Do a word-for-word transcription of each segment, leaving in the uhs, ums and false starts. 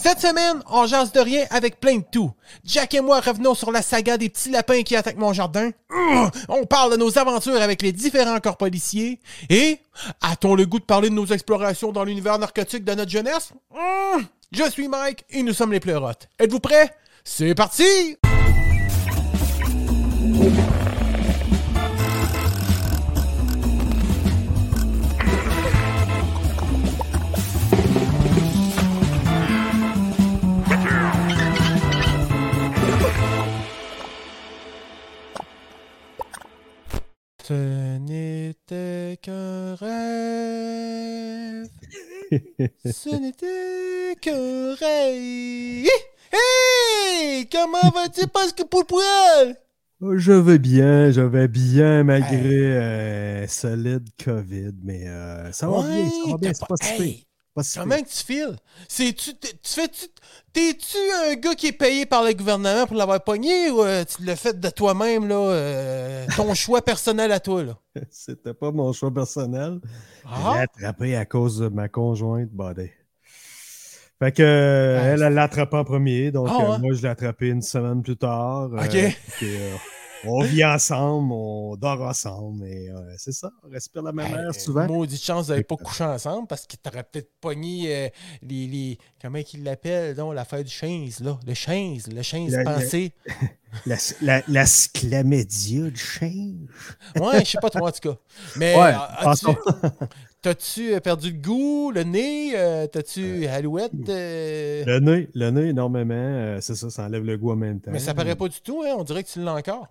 Cette semaine, on jase de rien avec plein de tout. Jack et moi revenons sur la saga des petits lapins qui attaquent mon jardin. Urgh! On parle de nos aventures avec les différents corps policiers. Et, a-t-on le goût de parler de nos explorations dans l'univers narcotique de notre jeunesse? Urgh! Je suis Mike et nous sommes les pleurotes. Êtes-vous prêts? C'est parti! Ce n'était qu'un rêve. Ce n'était qu'un rêve. Hey! Comment vas-tu, Pascal Poil? Je vais bien, je vais bien malgré un solide COVID, mais euh, ça va Ouais, bien, ça va bien, c'est pas, pas si pire. hey, Pas si comment pire. que tu files? C'est-tu, tu fais-tu, t'es-tu un gars qui est payé par le gouvernement pour l'avoir pogné ou euh, tu l'as fait de toi-même, là, euh, ton choix personnel à toi, là? C'était pas mon choix personnel. Je l'ai Ah? attrapé à cause de ma conjointe, Buddy. Fait que euh, Ah, elle, elle l'a attrapé en premier, donc Ah, euh, ouais. moi je l'ai attrapé une semaine plus tard. euh, OK. puis, euh, on vit ensemble, on dort ensemble, et euh, c'est ça, on respire la même air Hey, souvent. maudite chance d'aller Fait pas que- coucher ensemble parce que t'aurais peut-être pogné euh, les, les. Comment ils l'appellent, donc, l'affaire du chaise, là? Le chaise, le chaise La- la- pensé. La, la, la sclamédia du change. Ouais, je sais pas toi, en tout cas. Mais Ouais, euh, as-tu, passons. t'as-tu euh, perdu le goût, le nez? Euh, t'as-tu alouette? euh, Le nez, le nez, énormément. euh, c'est ça, ça enlève le goût en même temps. Mais ça paraît pas du tout, hein? On dirait que tu l'as encore.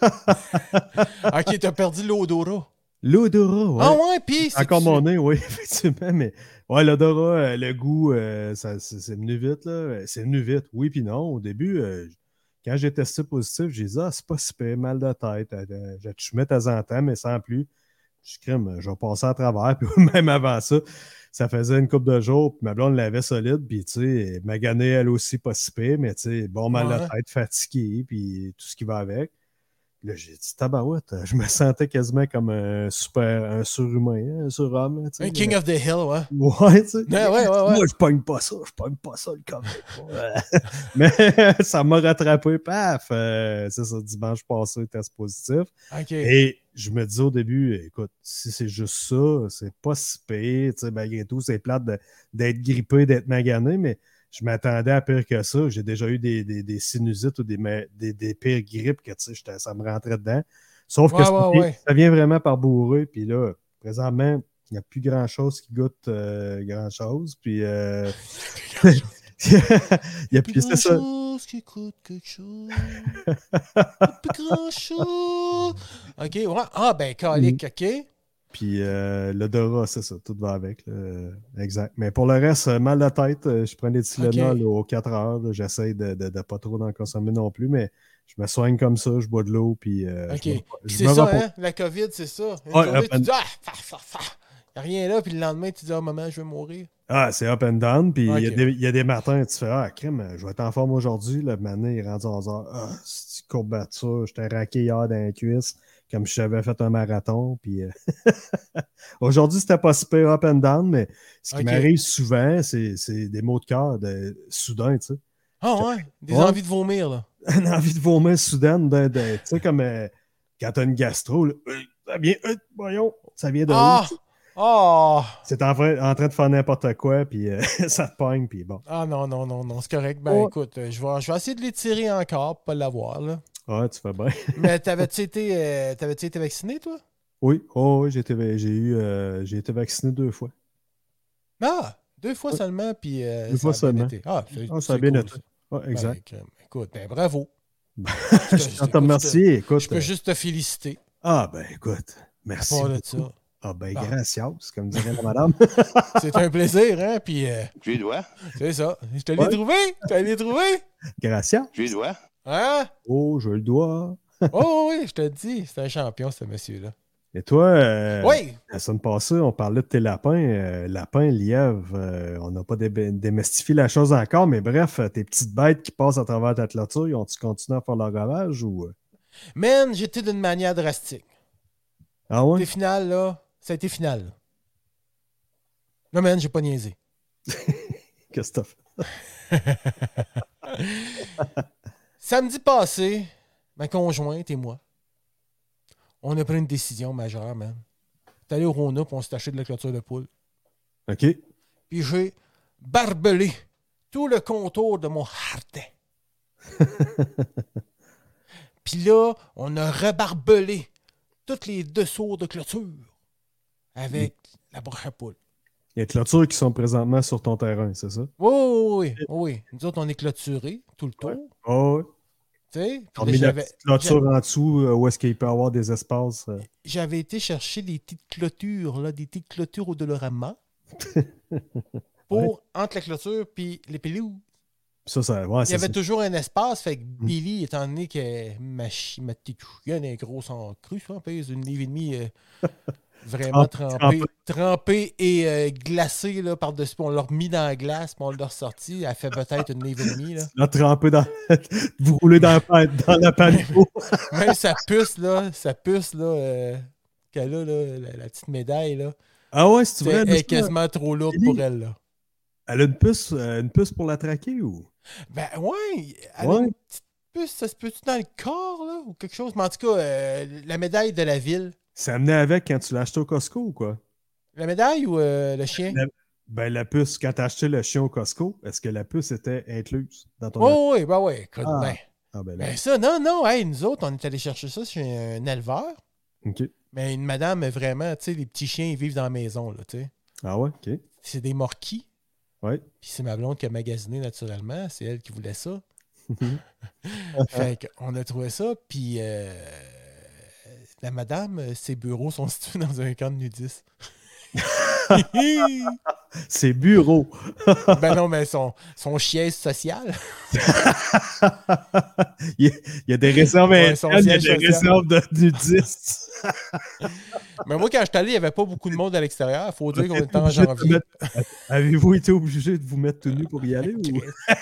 Ok, t'as perdu l'odorat. L'odorat, ouais. Ah ouais, pis c'est Encore mon nez, oui, effectivement. Mais ouais, l'odorat, euh, le goût, euh, ça, c'est, c'est venu vite, là. C'est venu vite, oui, puis non. Au début, euh, quand j'ai testé positif, j'ai dit, ah, c'est pas si pire, mal de tête. Euh, je te mets de temps en temps, mais sans plus. Je crème, je vais passer à travers. Puis même avant ça, ça faisait une couple de jours. Puis ma blonde l'avait solide. Puis, tu sais, maganée, elle aussi, pas si pire, mais, tu sais, bon mal de Ouais. tête, fatigué, puis tout ce qui va avec. Là, j'ai dit, tabarouette, je me sentais quasiment comme un super, un surhumain, hein, un surhomme. Tu sais, Un King of the Hill, ouais. ouais, tu sais. Ouais, ouais, ouais, ouais. Moi, je pogne pas ça, je pogne pas ça, le COVID. Mais ça m'a rattrapé, paf. Euh, c'est ça, dimanche passé, test positif. Ok. Et je me disais au début, écoute, si c'est juste ça, c'est pas si pire, tu sais, malgré tout, c'est plate de, d'être grippé, d'être magané, mais je m'attendais à pire que ça. J'ai déjà eu des, des, des sinusites ou des, des, des pires grippes que, tu sais, ça me rentrait dedans. Sauf Ouais, que ça, ouais, vient, ouais. ça vient vraiment par bourré, puis là, présentement, il n'y a plus grand-chose qui goûte euh, grand-chose, puis euh, il y a plus, c'est ça. Chose qui coûte quelque chose. Plus grand chose. Ok, ouais. Ah, ben, calique, ok. Puis euh, l'odorat, c'est ça, tout va avec. Là. Exact. Mais pour le reste, mal de tête, je prends des Tylenol Ok. aux quatre heures. là. J'essaie de ne pas trop en consommer non plus, mais je me soigne comme ça, je bois de l'eau, puis euh, Ok. je me, Puis je c'est me ça, repose. hein? La COVID, c'est ça. Une Ouais, journée, up tu and- dis, ah, fa, fa, fa. Y a rien là, puis le lendemain, tu dis, ah, maman, je vais mourir. Ah, c'est up and down. Puis il y, a Ok. des- il y a des matins, tu fais Ah, crème, je vais être en forme aujourd'hui. Le matin, il est rendu onze heures. Ah, c'est une courbature. J'étais raqué hier dans les cuisses, comme si j'avais fait un marathon. Puis euh, aujourd'hui, c'était pas super up and down, mais ce qui Ok. m'arrive souvent, c'est, c'est des maux de cœur de, soudains, tu sais. Ah, ouais. Des Ouais. envies de vomir, là. Une envie de vomir soudaine, de, de- tu sais, comme euh, quand t'as une gastro, là, Euh, ça vient, euh, voyons, ça vient de où? Ah! Ah! C'est en, train- en train de faire n'importe quoi, puis euh, ça te pogne, puis bon. Ah, non, non, non, non, c'est correct. Ben, Ouais. écoute, euh, je vais, je vais essayer de l'étirer encore pour pas l'avoir, là. Ouais, tu fais bien. Mais t'avais-tu été, euh, t'avais-tu été vacciné, toi? Oui, oh, oui, j'ai été, j'ai eu, euh, j'ai été vacciné deux fois. Ah! Deux fois Ouais. seulement, puis euh, Deux ça fois a bien seulement. été. Ah, c'est, Ah, ça a c'est bien cool, été. ça. Ouais, Ben, exact. écoute, écoute, ben, bravo. Je te- tiens à écoute, te remercier. je Écoute. Je peux juste te féliciter. Ah, ben, écoute. À Merci. part de beaucoup. ça. Ah, ben, Bon. gracias, comme dirait la madame. C'est un plaisir, hein? Puis, euh, Je lui dois. c'est ça. Je te l'ai Ouais. trouvé? Je te l'ai trouvé? Gracias. Je lui dois. Hein? Oh, je le dois. Oh, oui, je te le dis. C'est un champion, ce monsieur-là. Et toi, euh, Oui! la semaine passée, on parlait de tes lapins. Euh, lapins, lièvres, euh, on n'a pas dé- démystifié la chose encore, mais bref, tes petites bêtes qui passent à travers ta clôture, ont-tu continué à faire leur ravage ou. euh? Man, j'étais d'une manière drastique. Ah ouais? Tes finales, là, ça a été final. là. Non, man, j'ai pas niaisé. Qu'est-ce que t'as fait? Samedi passé, ma conjointe et moi, on a pris une décision majeure, man. On est allé au Rona et on s'est acheté de la clôture de poule. OK. Puis j'ai barbelé tout le contour de mon jardin. Puis là, on a rebarbelé tous les dessous de clôture avec la broche à poule. Il y a des clôtures qui sont présentement sur ton terrain, c'est ça? Oui, oui, oui, oui. Nous autres, on est clôturés tout le tour. Ouais. Oh, ouais. Tu sais, On puis met là, la j'avais, petite clôture j'a- en dessous euh, où est-ce qu'il peut y avoir des espaces. euh. j'avais été chercher des petites clôtures, là, des petites clôtures au Dolorama pour, Ouais. entre la clôture et les pelouses. Ça, ça, ouais, Il y c'est avait ça. toujours un espace, fait que Billy, étant donné que ma, chi- ma petite chienne est grosse en cru, ça, pèse une livre et demie euh, vraiment Trempé, trempée, trempée et euh, glacée là, par-dessus, puis on l'a remis dans la glace, puis on l'a ressorti. Elle fait peut-être une livre et demie. Là. Là, trempé dans. Vous roulez dans, la pan- dans la panneau. Même sa puce, là, sa puce, là, euh, qu'elle a, là, la, la petite médaille, là, Ah ouais, c'est c'est- vrai. elle mais est ça, quasiment trop lourde Billy, pour elle. Là. elle a une puce, euh, une puce pour la traquer ou? Ben ouais, elle a Ouais. une petite puce, ça se peut-tu dans le corps, là, ou quelque chose? Mais en tout cas, euh, la médaille de la ville. C'est amené avec quand tu l'as acheté au Costco ou quoi? La médaille ou euh, le chien? La, ben, la puce, quand tu as acheté le chien au Costco, est-ce que la puce était incluse dans ton Oui, achat? oui, ben oui, écoute, Ah, ben, ah ben là. ben ça, non, non, hey, nous autres, on est allés chercher ça chez un éleveur, OK. mais une madame, vraiment, tu sais, les petits chiens, ils vivent dans la maison, là, tu sais. Ah ouais, OK. C'est des morquis, Ouais. puis c'est ma blonde qui a magasiné naturellement, c'est elle qui voulait ça. Fait qu'on a trouvé ça, puis euh, la madame, euh, ses bureaux sont situés dans un camp de nudistes. C'est bureau. Ben non, mais son, son siège social. il, y a, il y a des réserves Ouais, indiennes, son il y a siège des social. réserves de nudistes. Mais moi, quand je suis allé, il n'y avait pas beaucoup de monde à l'extérieur. Il faut dire qu'on T'es était en obligé de te janvier. mettre- Avez-vous été obligé de vous mettre tout nu pour y aller? Ou...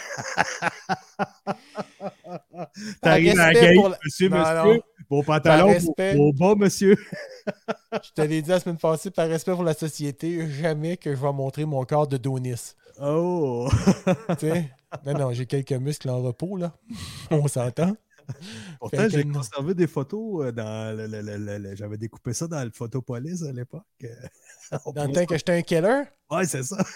T'arrives à la respect gate, pour la- monsieur, Non, monsieur, non. vos pantalons, vos, respect. vos bas, monsieur. Je te l'ai dit la semaine passée, par respect pour la société, jamais que je vais montrer mon corps de Donis. Oh! Tu sais? Non, non, j'ai quelques muscles en repos, là. On s'entend. Pourtant, Fait que j'ai non. conservé des photos euh, dans le, le- le- le- le- j'avais découpé ça dans le Photopolis à l'époque. Euh, on Dans le pourrait- temps que j'étais un killer, Ouais, c'est ça.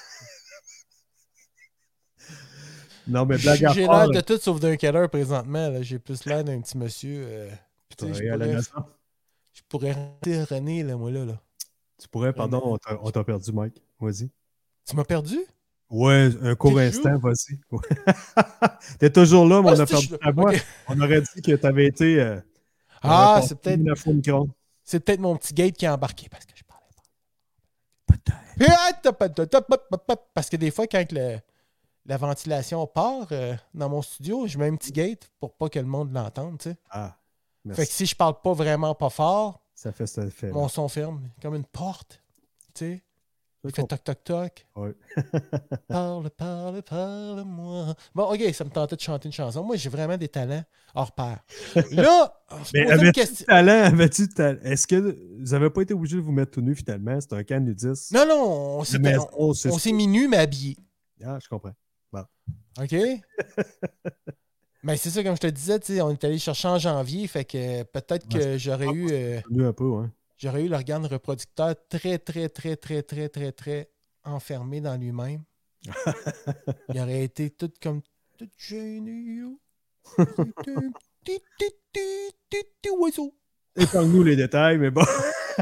Non, mais blague à j'ai part, l'air de tout sauf d'un killer présentement. là. J'ai plus l'air d'un petit monsieur. euh, tu tu sais, je travailles à la pourrais, Nation. je pourrais renter René, là, moi, là. là. Tu pourrais, pardon, Vraiment. on t'a- on t'a perdu, Mike. Vas-y. Tu m'as perdu? Ouais, un court T'es instant, toujours? vas-y. Ouais. T'es toujours là, mais Ah, on a c'est- perdu je- ta voix. ok. On aurait dit que t'avais été. Euh, t'avais Ah, passé c'est peut-être une fois au micro. c'est peut-être mon petit gate qui a embarqué parce que je parlais pas. Peut-être. Parce que des fois, quand le- la ventilation part euh, dans mon studio, je mets un petit gate pour pas que le monde l'entende. tu sais. Ah, Fait que merci. si je parle pas vraiment pas fort, Ça fait cet effet. mon son ferme comme une porte. Tu sais. Il fait Ouais. toc toc toc. Parle, parle, parle-moi. Bon, ok, ça me tentait de chanter une chanson. Moi, j'ai vraiment des talents hors pair. Là, on se Mais posait une avais-tu question. du talent? Avais-tu du talent? Est-ce que vous n'avez pas été obligé de vous mettre tout nu finalement? C'est un camp nudiste. Non, non, on La s'est maison, on, c'est on s'est mis nu, mais habillé. Ah, je comprends. OK? Mais c'est ça, comme je te disais, tu sais, on est allé chercher en janvier, fait que peut-être Ouais, que j'aurais eu, euh, Tout nu un peu, hein? j'aurais eu l'organe reproducteur très, très, très, très, très, très, très enfermé dans lui-même. Il aurait été tout comme tout gêné. oh. C'est un petit, petit, petit, petit, petit oiseau. Épargne-nous les détails, mais bon.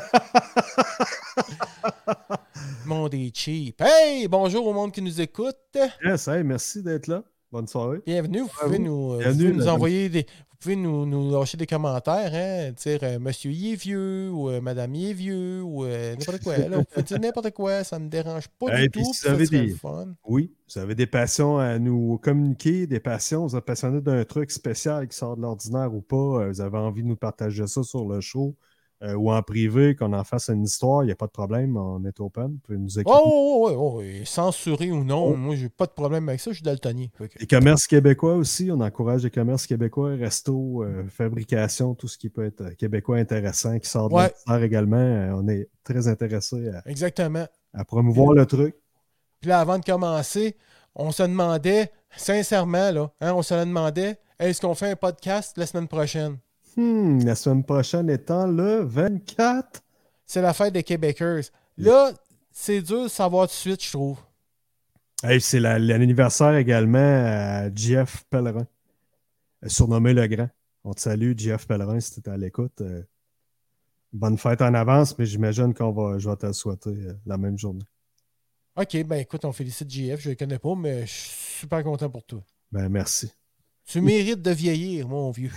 Monde est cheap. Hey, bonjour au monde qui nous écoute. Yes, hey, merci d'être là. Bonne soirée. Bienvenue. Vous pouvez vous. nous, euh, Bienvenue, vous pouvez nous madame. envoyer des. Vous pouvez nous, nous lâcher des commentaires, hein? Dire euh, Monsieur y est vieux ou euh, Madame y est vieux ou euh, n'importe quoi. Là, vous pouvez dire n'importe quoi, ça ne me dérange pas Hey, du puis tout. si puis vous ça avez serait des- le fun. Oui, vous avez des passions à nous communiquer, des passions, vous êtes passionné d'un truc spécial qui sort de l'ordinaire ou pas, euh, vous avez envie de nous partager ça sur le show euh, ou en privé, qu'on en fasse une histoire, il n'y a pas de problème, on est open, vous pouvez nous écrire. Oh, oh, oh, oh, oh, censuré ou non, Oh. moi, j'ai pas de problème avec ça, je suis daltonien. Fait que- Les commerces québécois aussi, on encourage les commerces québécois, resto, euh, fabrication, tout ce qui peut être euh, québécois intéressant qui sort de Ouais. l'ordinaire également. Euh, on est très intéressé à, Exactement. à promouvoir le truc. Puis là, avant de commencer, on se demandait, sincèrement, là, hein, on se le demandait, est-ce qu'on fait un podcast la semaine prochaine? Hmm, la semaine prochaine étant le vingt-quatre. C'est la fête des Québécois. Là, c'est dur de savoir tout de suite, je trouve. Hey, c'est la- l'anniversaire également à Jeff Pellerin, surnommé Le Grand. On te salue, Jeff Pellerin, si tu es à l'écoute. Euh, bonne fête en avance, mais j'imagine qu'on va, je vais te le souhaiter euh, la même journée. OK, ben écoute, on félicite J F, je ne le connais pas, mais je suis super content pour toi. Ben, merci. Tu mérites de vieillir, mon vieux.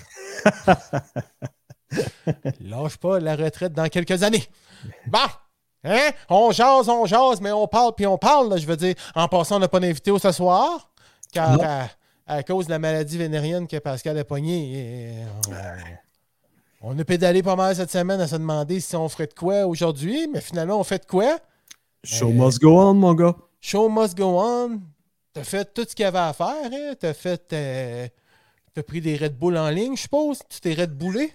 Lâche pas la retraite dans quelques années. Bon! Hein? On jase, on jase, mais on parle puis on parle, là, je veux dire. En passant, on n'a pas d'invité ce soir, car à, à cause de la maladie vénérienne que Pascal a pognée, on, on a pédalé pas mal cette semaine à se demander si on ferait de quoi aujourd'hui, mais finalement, on fait de quoi? Show euh, must go on, mon gars. Show must go on. T'as fait tout ce qu'il y avait à faire, hein? T'as fait... Euh, T'as pris des Red Bull en ligne, je suppose? Tu t'es Red Bullé?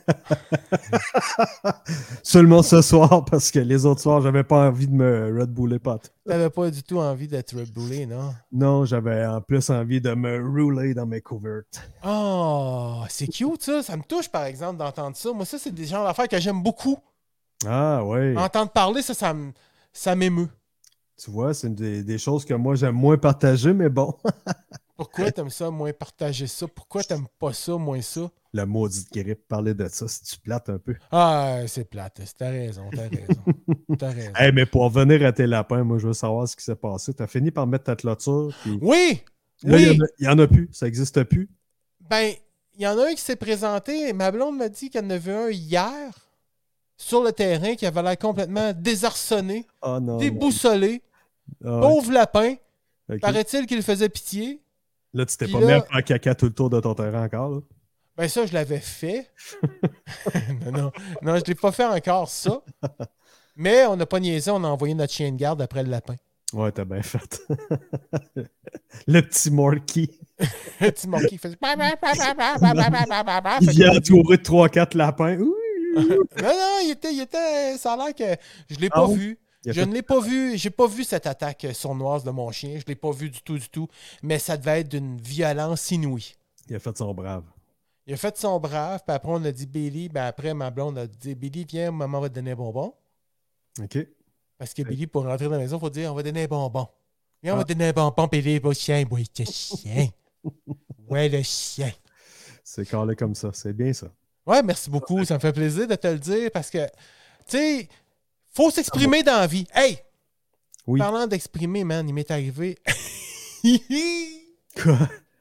Seulement ce soir, parce que les autres soirs, j'avais pas envie de me Red Buller, pote. T'avais pas du tout envie d'être Red Bullé, non? Non, j'avais en plus envie de me rouler dans mes couvertes. Oh, c'est cute, ça. Ça me touche, par exemple, d'entendre ça. Moi, ça, c'est des genres d'affaires que j'aime beaucoup. Ah, oui. Entendre parler, ça, ça, m- ça m'émeut. Tu vois, c'est des, des choses que moi, j'aime moins partager, mais bon. Pourquoi t'aimes ça, moins partager ça? Pourquoi t'aimes pas ça, moins ça? La maudite grippe, parler de ça, si tu plates un peu. Ah, c'est plate. T'as raison, t'as raison. T'as raison. Hey, mais pour revenir à tes lapins, moi, je veux savoir ce qui s'est passé. T'as fini par mettre ta clôture. Puis... Oui! Là, oui! il n'y en, en a plus. Ça n'existe plus. Ben, il y en a un qui s'est présenté. Ma blonde m'a dit qu'elle en a vu un hier sur le terrain qui avait l'air complètement désarçonné, Oh non. déboussolé. Non. Pauvre ah, lapin. Okay. Paraît-il qu'il faisait pitié. Là, tu t'es Puis pas là, mis à faire caca tout le tour de ton terrain encore, là? Ben ça, je l'avais fait. non, non, non, je ne l'ai pas fait encore, ça. Mais on n'a pas niaisé, on a envoyé notre chien de garde après le lapin. Ouais, t'as bien fait. Le petit Morky. Le petit Morky qui faisait... Il vient entourer de trois quatre lapins. non, non, il était, il était... Ça a l'air que je ne l'ai pas oh. vu. Je fait... ne l'ai pas vu, j'ai pas vu cette attaque sournoise de mon chien, je ne l'ai pas vu du tout, du tout, mais ça devait être d'une violence inouïe. Il a fait son brave. Il a fait son brave, puis après on a dit Billy, ben après ma blonde a dit Billy, viens, maman va te donner un bonbon. OK. Parce que Billy, pour rentrer dans la maison, il faut dire on va donner un bonbon. Viens, ah. on va te donner un bonbon, Billy, le chien, oui, le chien. Ouais, le chien. C'est calé comme ça, c'est bien ça. Ouais, merci beaucoup, ça me fait plaisir de te le dire parce que, tu sais, faut s'exprimer dans la vie. Hey! Oui. Parlant d'exprimer, man, il m'est arrivé. Quoi?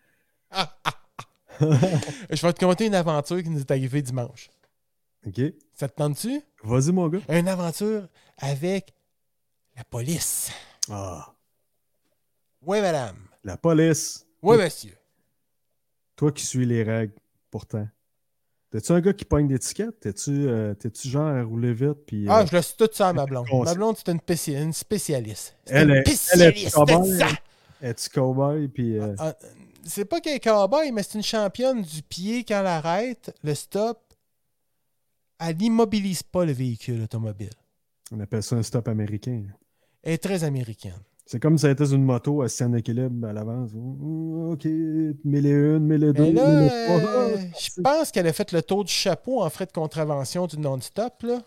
Je vais te conter une aventure qui nous est arrivée dimanche. OK. Ça te tente-tu? Vas-y, mon gars. Une aventure avec la police. Ah. Oui, madame. La police. Oui, monsieur. Toi qui suis les règles, pourtant. T'es-tu un gars qui pogne d'étiquette? T'es-tu, euh, t'es-tu genre à rouler vite? Puis, euh, ah, je laisse tout ça à ma blonde. Ma blonde, c'est une, spéci... une spécialiste. C'est elle une est, spécialiste elle est de ça. Es-tu cowboy? Puis, euh... ah, ah, c'est pas qu'elle est cowboy, mais c'est une championne du pied quand elle arrête, le stop. Elle n'immobilise pas le véhicule automobile. On appelle ça un stop américain. Elle est très américaine. C'est comme si ça était une moto assise en équilibre à l'avance. OK, mille et une, mille et deux, là, mille et trois. Euh, je pense qu'elle a fait le tour du chapeau en frais de contravention du non-stop, là.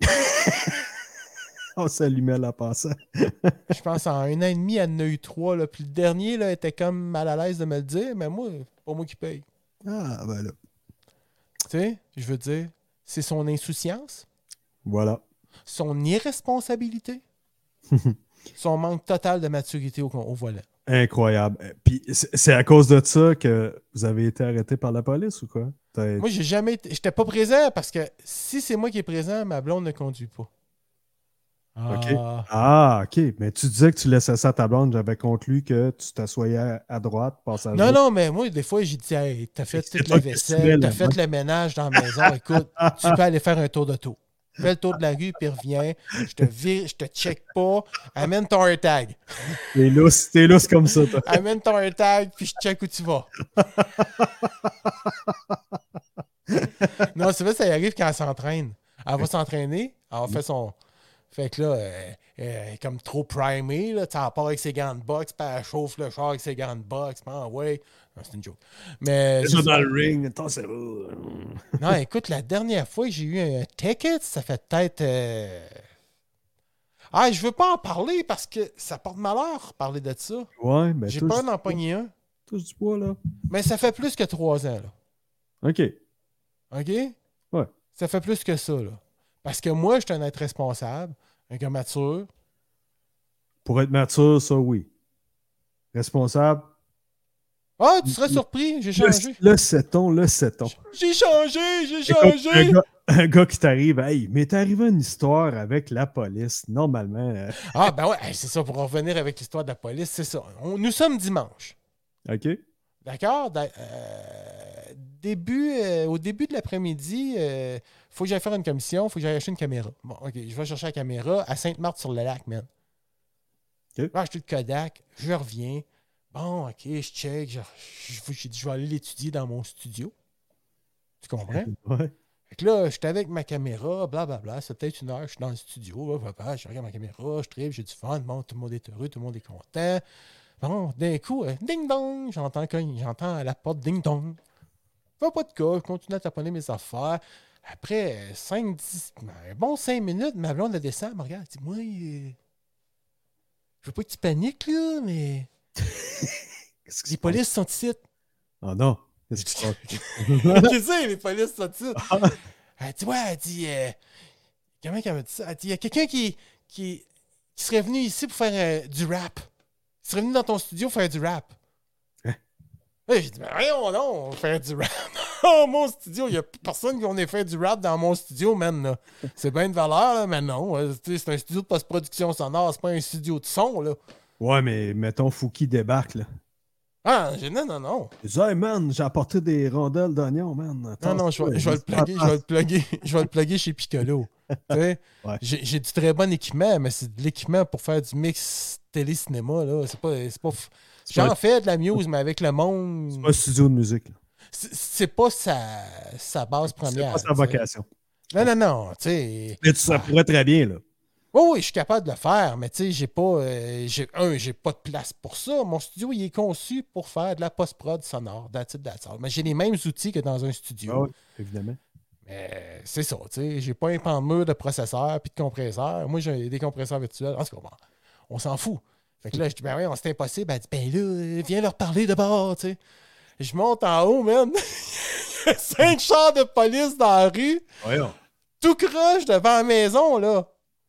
On s'allumait à la passant. Je pense en un an et demi, elle en a eu trois. Là. Puis le dernier là, était comme mal à l'aise de me le dire, mais moi, c'est pas moi qui paye. Ah, ben là. Tu sais, je veux dire, c'est son insouciance. Voilà. Son irresponsabilité. Son manque total de maturité au, au volant. Incroyable. Puis c'est à cause de ça que vous avez été arrêté par la police ou quoi? T'as... Moi, j'ai jamais été... J'étais pas présent parce que si c'est moi qui est présent, ma blonde ne conduit pas. Ah. OK. Ah, OK. Mais tu disais que tu laissais ça à ta blonde. J'avais conclu que tu t'assoyais à, à droite, passager. Non, non, mais moi, des fois, j'ai dit, hey, t'as fait toute la vaisselle, t'as fait le ménage dans la maison. Écoute, tu peux aller faire un tour d'auto. Fais le tour de la rue, puis reviens. Je te vire, je te check pas. Amène ton AirTag. T'es lousse, t'es lousse comme ça, toi. Amène ton AirTag, puis je check où tu vas. Non, c'est vrai, ça y arrive quand elle s'entraîne. Elle va s'entraîner, elle va faire son... Fait que là, euh, euh, comme trop primée, là. Tu sais, elle part avec ses gants de boxe, puis elle chauffe le char avec ses gants de boxe. Ah ouais. Non, c'est une joke. Mais. C'est dans le ring, attention. Non, écoute, la dernière fois que j'ai eu un ticket, ça fait peut-être. Euh... Ah, je veux pas en parler parce que ça porte malheur parler de ça. Ouais, ben. J'ai peur d'en pogner un. Touche du poids, là. Mais ça fait plus que trois ans, là. OK. OK? Ouais. Ça fait plus que ça, là. Parce que moi, je suis un être responsable, un gars mature. Pour être mature, ça, oui. Responsable. Ah, tu serais surpris, j'ai changé. Le, le sait-on, le sait-on. J'ai changé, j'ai Écoute, changé. Un gars, un gars qui t'arrive, hey, mais t'es arrivé une histoire avec la police, normalement. euh, Ah, ben ouais, hey, c'est ça, pour en revenir avec l'histoire de la police, c'est ça. On- nous sommes dimanche. OK? D'accord? Da- euh, début, euh, au début de l'après-midi, il faut que j'aille faire une commission, il faut que j'aille acheter une caméra. Bon, OK, je vais chercher la caméra à Sainte-Marthe-sur-le-Lac, man. OK. Je vais acheter le Kodak, je reviens. Bon, OK, je check. Je, je, je, je vais aller l'étudier dans mon studio. Tu comprends? Ouais. Fait que là, j'étais avec ma caméra, blablabla. C'est peut-être une heure, je suis dans le studio. Là, papa, je regarde ma caméra, je tripe, j'ai du fun. Bon, tout le monde est heureux, tout le monde est content. Bon, d'un coup, euh, ding-dong, j'entends, cogn- j'entends à la porte ding-dong. Va pas de cas, je continue à taponner mes affaires. Après cinq dix, un bon cinq minutes, ma blonde, elle descend, elle me regarde, elle dit, moi, euh, je veux pas que tu paniques, là, mais Qu'est-ce qui les se passe? polices sont ici. Oh non. Qu'est-ce qui se passe? Je sais, les polices sont ici. Ah, Elle dit, ouais, elle dit, euh, comment qu'elle m'a dit ça? Elle dit, il y a quelqu'un qui, qui, qui serait venu ici pour faire euh, du rap. Il serait venu dans ton studio faire du rap. Hein? Là, j'ai dit, mais voyons non, faire du rap dans mon studio. Il n'y a plus personne qui en ait fait du rap dans mon studio, man. là. C'est bien de valeur, là, mais non. euh, tu sais, C'est un studio de post-production sonore, c'est pas un studio de son, là. Ouais, mais mettons Fouki débarque, là. Ah, j'ai- non, non, non. Il dit, hey man, j'ai apporté des rondelles d'oignon, man. Non, Attends, non, je vais, ouais, je vais le plugger, je vais le plugger, je vais le plugger chez Piccolo. Tu sais, Ouais. J'ai j'ai du très bon équipement, mais c'est de l'équipement pour faire du mix télé-cinéma, là. C'est pas. C'est pas f- C'est J'en pas- fais de la muse, mais avec le monde. C'est pas un studio de musique, là. C'est c'est pas sa, sa base C'est première. pas sa tu sais. vocation. Non, non, non. Tu sais. Mais tu ça pourrait très bien, là. Oui, oui, je suis capable de le faire, mais tu sais, j'ai pas. euh, j'ai, un, j'ai pas de place pour ça. Mon studio, il est conçu pour faire de la post-prod sonore. That's it, that's all. Mais j'ai les mêmes outils que dans un studio. Ah oui, évidemment. Mais c'est ça, tu sais. J'ai pas un pan de mur de processeur puis de compresseur. Moi, j'ai des compresseurs virtuels. En tout cas, bon, on s'en fout. Fait que là, je dis, ben oui, c'est impossible. Elle dit, ben là, viens leur parler de bord, tu sais. Je monte en haut, man. Il y a cinq chars de police dans la rue, Voyons. tout croche devant la maison, là.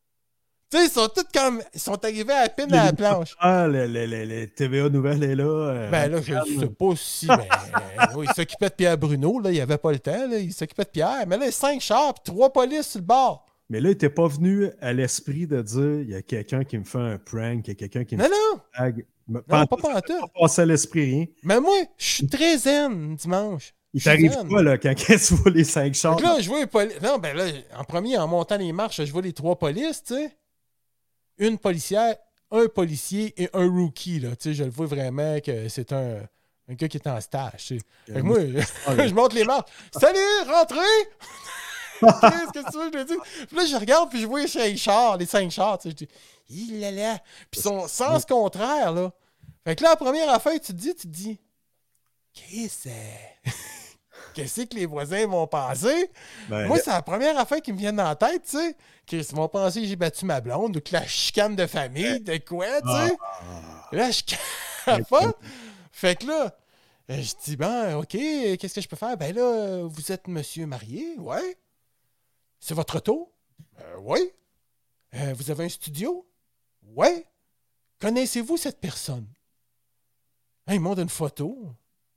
Tu sais, ils sont tous comme. Ils sont arrivés à la pine à la planche. Ah, le, le, le, le T V A Nouvelle est là. euh, Ben là, je ne sais pas si. Ben, euh, oui, il s'occupait de Pierre Bruno, là. Il avait pas le temps, là. Il s'occupait de Pierre. Mais là, cinq chars, puis trois polices sur le bord. Mais là, il n'était pas venu à l'esprit de dire il y a quelqu'un qui me fait un prank, il y a quelqu'un qui me Non, fait non. un tag. Non, Pas, pas pas en tout. pas passé à l'esprit rien. Mais moi, je suis très zen dimanche. Il Je suis t'arrive zen. quoi, là, quand tu vois les cinq chars? Fait que là, je vois les polices. Non, ben là, en premier, en montant les marches, je vois les trois polices, tu sais. Une policière, un policier et un rookie, là. Tu sais, je le vois vraiment que c'est un, un gars qui est en stage, tu sais. Fait que moi, je monte les marches. Salut, rentrez! Qu'est-ce que tu veux que je te dise? Puis là, je regarde, puis je vois les cinq chars, les cinq chars, tu sais. Je dis, il là là. Puis ils sont sens contraire, là. Fait que là, la première affaire, tu te dis, tu te dis, qu'est-ce que Qu'est-ce que les voisins vont penser? Ben, Moi, c'est la première affaire qui me vient dans la tête, tu sais. Qu'ils vont penser que j'ai battu ma blonde ou que la chicane de famille, de quoi, tu sais. ah, Là, je capote. Fait que là, euh, je dis, ben, OK, qu'est-ce que je peux faire? Ben là, vous êtes monsieur marié? Ouais. C'est votre auto? Euh, oui. Euh, vous avez un studio? Ouais. Connaissez-vous cette personne? Hein, il montre une photo.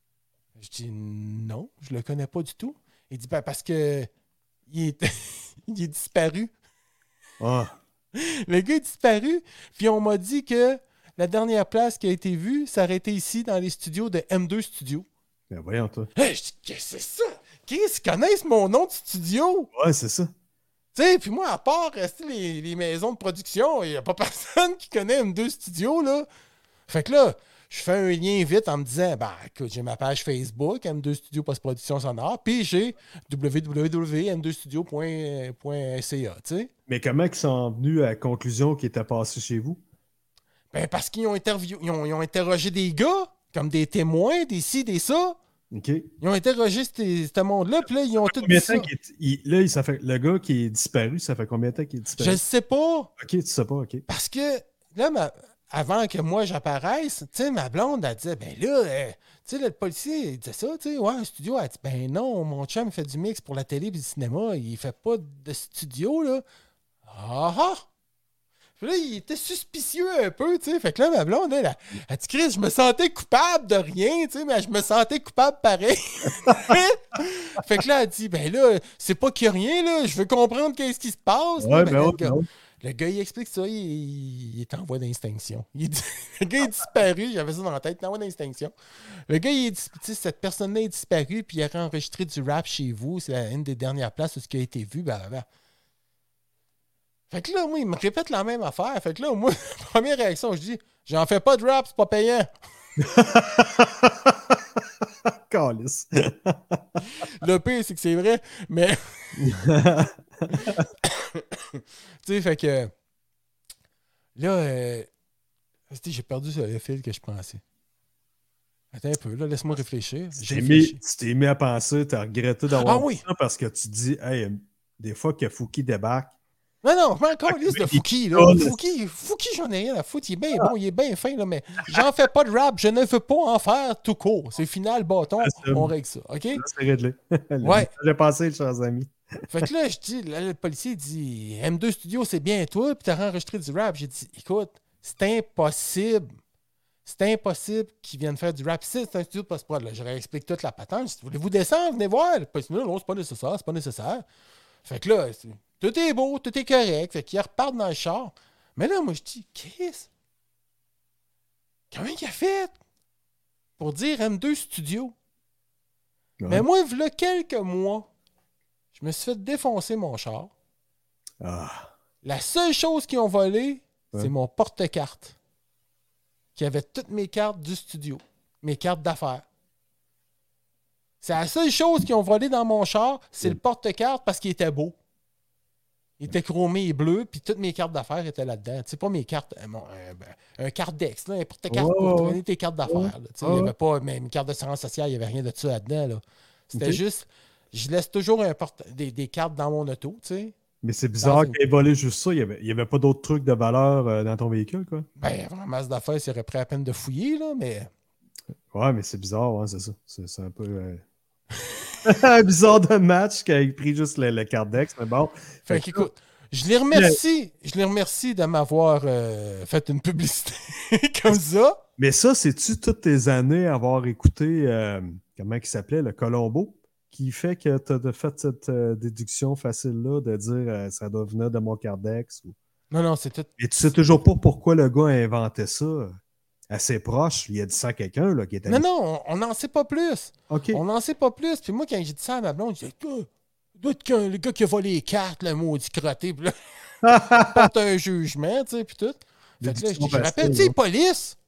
Je dis, non, je le connais pas du tout. Il dit, ben, parce que il est, il est disparu. ah. Le gars est disparu, puis on m'a dit que la dernière place qui a été vue, ça aurait été ici, dans les studios de M deux Studios. Ben, voyons, toi. Hey, je dis, qu'est-ce que c'est ça? Qu'est-ce qu'ils connaissent mon nom de studio? Ouais, c'est ça. Tu sais, puis moi, à part rester les, les maisons de production, il n'y a pas personne qui connaît M deux Studios, là. Fait que là, je fais un lien vite en me disant, ben, écoute, j'ai ma page Facebook, M deux Studio Post-Production Sonore, puis j'ai w w w point m deux studio point c a, tu sais. Mais comment ils sont venus à la conclusion qu'ils étaient passés chez vous? Ben, parce qu'ils ont, interview... ils ont, ils ont interrogé des gars, comme des témoins, des ci, des ça. OK. Ils ont interrogé ce monde-là, puis là, ils ont tout Combien dit de temps ça. qu'il est- il- Là, ça fait... le gars qui est disparu, ça fait combien de temps qu'il est disparu? Je ne sais pas, OK, tu sais pas, OK. parce que là, ma- avant que moi j'apparaisse, tu sais, ma blonde, elle disait, ben là, euh, tu sais, le policier, il disait ça, tu sais, ouais, un studio, elle dit, ben non, mon chum, il fait du mix pour la télé et le cinéma, il fait pas de studio, là. Ah ah! Puis là, il était suspicieux un peu, tu sais. Fait que là, ma blonde, elle, elle, elle dit, Chris, je me sentais coupable de rien, tu sais, mais je me sentais coupable pareil. Fait que là, elle dit, ben là, c'est pas qu'il y a rien, là, je veux comprendre qu'est-ce qui se passe. Ouais, là. ben Ben, ouais, le, gars, ben ouais. le gars, il explique ça, il, il est en voie d'extinction. Il dit- Le gars est disparu, j'avais ça dans la tête, il est en voie d'extinction. Le gars, il est dis- tu sais, cette personne-là est disparue, puis il a enregistré du rap chez vous, c'est la- une des dernières places où ce qui a été vu, ben, ben. Fait que là, moi, il me répète la même affaire. Fait que là, moi, première réaction, je dis, j'en fais pas de rap, c'est pas payant. Calice. Le pire, c'est que c'est vrai, mais. Tu sais, fait que. Là, euh... Asti, j'ai perdu le fil que je pensais. Attends un peu, là, laisse-moi réfléchir. Tu J'ai t'es réfléchi. mis, tu t'es mis à penser, tu as regretté d'avoir Ah dit oui. ça parce que tu dis, hey, euh, des fois que Fouki débarque. Non, non, mais encore Ah, liste de mais Fouki, là. tonnes. Fouki, Fouki, j'en ai rien à foutre. Il est bien bon, il est bien fin, là, mais j'en fais pas de rap. Je ne veux pas en faire tout court. C'est final, bâton, c'est- on règle ça, OK? Là, c'est réglé. Ouais. J'ai passé, chers amis. Fait que là, je dis, là, le policier dit, M deux Studio, c'est bien toi, puis t'as enregistré du rap. J'ai dit, écoute, c'est impossible. C'est impossible qu'ils viennent faire du rap. Si c'est un studio de post-prod, là, je réexplique toute la patente. Je dis, voulez-vous descendre, venez voir. Le policier, non, non, c'est pas nécessaire, c'est pas nécessaire. Fait que là, c'est- tout est beau, tout est correct. Fait qu'ils repartent dans le char. Mais là, moi, je dis, Chris, comment il a fait pour dire M deux Studio? Ouais. Mais moi, il y a quelques mois, je me suis fait défoncer mon char. Ah. La seule chose qu'ils ont volé, Ouais. c'est mon porte-carte. Qui avait toutes mes cartes du studio. Mes cartes d'affaires. C'est la seule chose qu'ils ont volé dans mon char, c'est Ouais. le porte-carte parce qu'il était beau. Il était chromé et bleu, puis toutes mes cartes d'affaires étaient là-dedans. Tu sais, pas mes cartes, euh, mon, euh, ben, un Cardex, là, un porte-carte Ouais, pour ouais, traîner tes cartes d'affaires. là. Tu sais, Ouais. Il n'y avait pas même une carte d'assurance sociale, il n'y avait rien de ça là-dedans. Là. C'était Ok. juste, je laisse toujours un porte des, des cartes dans mon auto, tu sais. Mais c'est bizarre Dans une- qu'il ait volé juste ça. Il n'y avait, il y avait pas d'autres trucs de valeur euh, dans ton véhicule, quoi. Ben, avant la masse d'affaires, il aurait pris la peine de fouiller, là, mais. Ouais, mais c'est bizarre, ouais, c'est ça. C'est, c'est un peu. euh, un bizarre de match qui a pris juste le, le Cardex, mais bon. Fait qu'écoute, je les remercie, je les remercie de m'avoir euh, fait une publicité comme ça. Mais ça, c'est-tu toutes tes années à avoir écouté, euh, comment il s'appelait, le Colombo, qui fait que tu as fait cette euh, déduction facile-là de dire euh, ça doit venir de mon Cardex? Ou... Non, non, c'est tout. Et tu sais toujours pas pourquoi le gars a inventé ça. Assez proche, il a dit ça à quelqu'un là, qui était. Non, non, on n'en sait pas plus. OK. On n'en sait pas plus. Puis moi, quand j'ai dit ça à ma blonde, j'ai dit, Ah, doit être qu'un- le gars qui a volé les cartes, le maudit crotté, puis là, il porte un jugement, tu sais, puis tout. Fait que là, je dis, je rappelle, tu sais, police.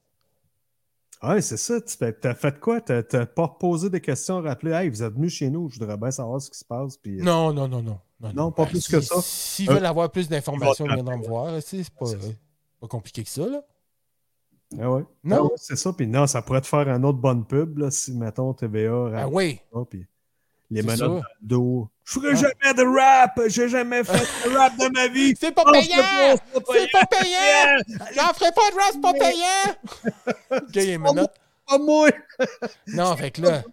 Ouais, c'est ça. Tu fais- t'as fait quoi? T'as, t'as pas posé des questions, rappelé, hey, vous êtes venus chez nous, je voudrais bien savoir ce qui se passe. Puis, euh, Non, non, non, non. Non, Non, pas plus que si- ça. S'ils Euh, veulent avoir plus d'informations, ils ils vont te viendront me voir. tu sais, C'est pas, C'est ça. euh, pas compliqué que ça, là. Ah ouais. Non. Ah ouais, c'est ça. Puis non, ça pourrait te faire un autre bonne pub, là, si, mettons, T V A. Ah rappe oui. ça, puis les C'est menottes ça. dans le dos. Je ferai Ah. jamais de rap! J'ai jamais fait de rap de ma vie! C'est pas Oh, payant! c'est pas C'est pas payant! J'en ferai pas de rap, c'est pas payant! OK, il y a une minute. Pas moi! Non, fait que là,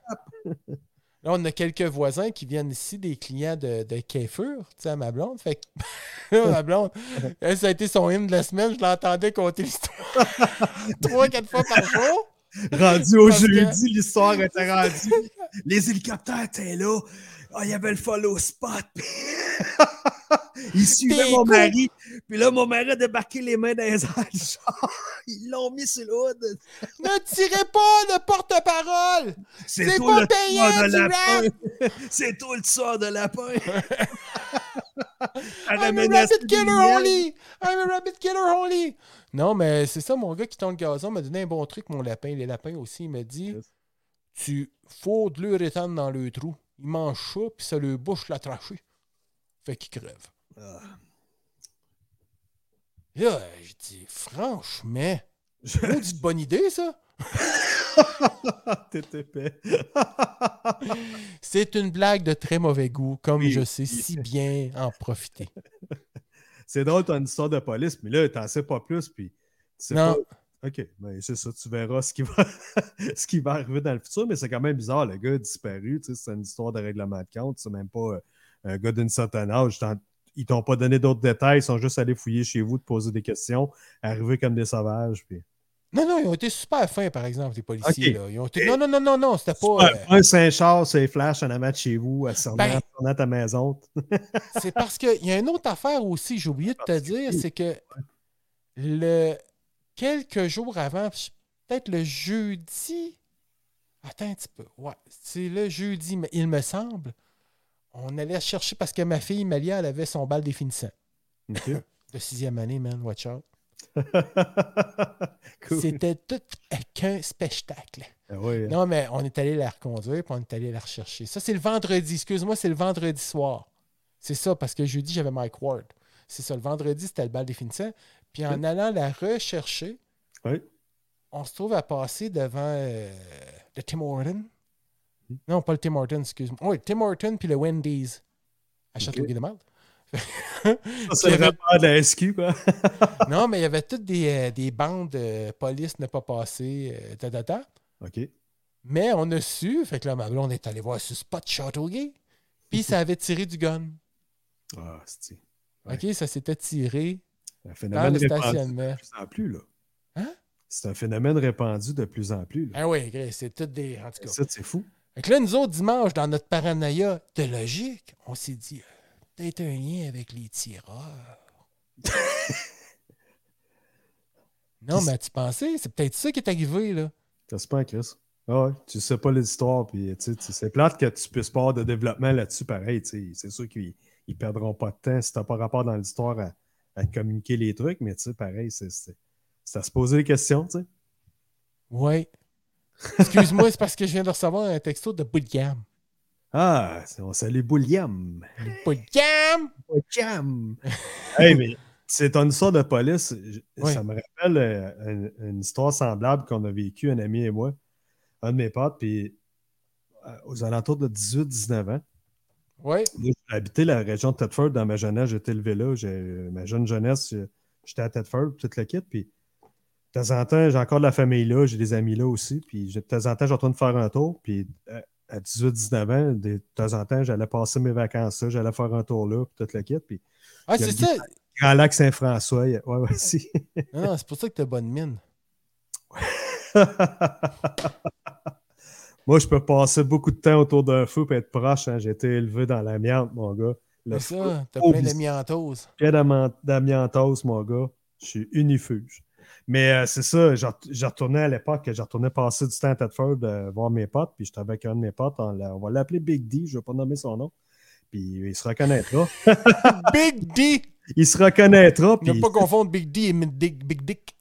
là, on a quelques voisins qui viennent ici, des clients de, de Kéfur, tu sais, à ma blonde. Fait que, là, ma blonde, elle, ça a été son hymne de la semaine, je l'entendais conter l'histoire trois, quatre fois par jour. Rendu au Parce que- jeudi, l'histoire était rendue. Les hélicoptères étaient là. Ah, il y avait le follow spot. Il suivait T'es mon cool. mari. Puis là, mon mari a débarqué les mains dans les airs. Genre, ils l'ont mis sur le hood. Ne tirez pas le porte-parole! C'est C'est toi pas le payant, tueur de du lapin. C'est toi le tueur de lapin. Elle I'm a ramenait rabbit ça killer des miels. only! I'm a rabbit killer only! Non, mais c'est ça, mon gars qui tond le gazon m'a donné un bon truc, mon lapin. Les lapins aussi, il m'a dit Yes. tu faut de l'uréthane dans le trou. Il mange ça, puis ça le bouche la trachée. Fait qu'il crève. Ah. Là, je dis franchement, maudite bonne idée, ça. T'es épais. C'est une blague de très mauvais goût, comme Oui. je sais si bien en profiter. C'est drôle, t'as une histoire de police, mais là, t'en sais pas plus, puis tu sais Non. pas. OK, ben c'est ça, tu verras ce qui va ce qui va arriver dans le futur, mais c'est quand même bizarre, le gars a disparu, tu sais, c'est une histoire de règlement de compte, c'est même pas euh, un gars d'une certaine âge. T'en- Ils t'ont pas donné d'autres détails, ils sont juste allés fouiller chez vous, te poser des questions, arriver comme des sauvages, puis... Non, non, ils ont été super fins, par exemple, les policiers. OK. Là. Ils ont été... Non, non, non, non, non, c'était pas. Super, euh, un Saint-Charles, c'est flash en avant de chez vous, à Ben, à ta maison. c'est parce qu'il y a une autre affaire aussi, j'ai oublié de te dire, c'est que le quelques jours avant, peut-être le jeudi. Attends un petit peu. Ouais, c'est le jeudi, mais il me semble. On allait chercher parce que ma fille, Malia, elle avait son bal définissant. OK. De sixième année, man, watch out. Cool. C'était tout qu'un spectacle. Ah ouais. Non, mais on est allé la reconduire puis on est allé la rechercher. Ça, c'est le vendredi. Excuse-moi, c'est le vendredi soir. C'est ça, parce que jeudi, j'avais Mike Ward. C'est ça, le vendredi, c'était le bal définissant. Puis en allant la rechercher, Oui. on se trouve à passer devant euh, le Tim Horton. Non, pas le Tim Horton, excuse-moi. Oui, Tim Horton puis le Wendy's à Châteauguay-de-Malt. Ça, c'est le avait... rapport de la S Q, quoi. Non, mais il y avait toutes des, euh, des bandes de police ne pas passer, euh, ta, ta, ta. OK. Mais on a su, fait que là, ma blonde est allée voir ce spot Châteauguay, puis ça avait tiré du gun. Ah, c'est... Ouais. OK, ça s'était tiré un dans phénomène le répandu stationnement. de plus en plus, là. Hein? C'est un phénomène répandu de plus en plus, là. Ah oui, c'est tout des... En tout cas. Ça, c'est fou. Fait que là, nous autres, dimanche, dans notre paranoïa de logique, on s'est dit, euh, peut-être un lien avec les tireurs. Non, mais tu pensais, c'est peut-être ça qui est arrivé, là. J'espère, Chris. Ah ouais, tu sais pas l'histoire, puis tu sais, c'est plate que tu puisses pas avoir de développement là-dessus, pareil, tu sais. C'est sûr qu'ils ne perdront pas de temps si t'as pas rapport dans l'histoire à, à communiquer les trucs, mais tu sais, pareil, c'est à se poser des questions, tu sais. Oui. Excuse-moi, c'est parce que je viens de recevoir un texto de Bootcamp. Ah, on salue Bouliam. Bootcamp! Bootcamp! Hey, mais c'est ton histoire de police. Oui. Ça me rappelle euh, une, une histoire semblable qu'on a vécue, un ami et moi, un de mes potes, puis euh, aux alentours de dix-huit dix-neuf ans. Oui. J'ai habité la région de Thetford dans ma jeunesse, j'étais élevé là. Ma jeune jeunesse, j'étais à Thetford, toute la kit, puis de temps en temps, j'ai encore de la famille là, j'ai des amis là aussi, puis de temps en temps, je retourne faire un tour, puis euh, à dix-huit dix-neuf ans, de temps en temps, j'allais passer mes vacances là, j'allais faire un tour là, puis toute la kit, puis Ah, c'est ça! Grand Lac Saint-François, ouais, ouais, si. Non, non, c'est pour ça que t'as bonne mine. Moi, je peux passer beaucoup de temps autour d'un feu et être proche. Hein. J'ai été élevé dans l'amiante, mon gars. C'est ça, t'as plein d'amiantose. Plein d'amiantose, mon gars. Je suis unifuge. Mais euh, c'est ça, j'ai retourné à l'époque, j'ai retourné passer du temps à Thetford euh, voir mes potes, puis j'étais avec un de mes potes, on, on va l'appeler Big D, je ne vais pas nommer son nom, puis il se reconnaîtra. Big D! Il se reconnaîtra. Ne pas confondre Big D et Big, Big Dick.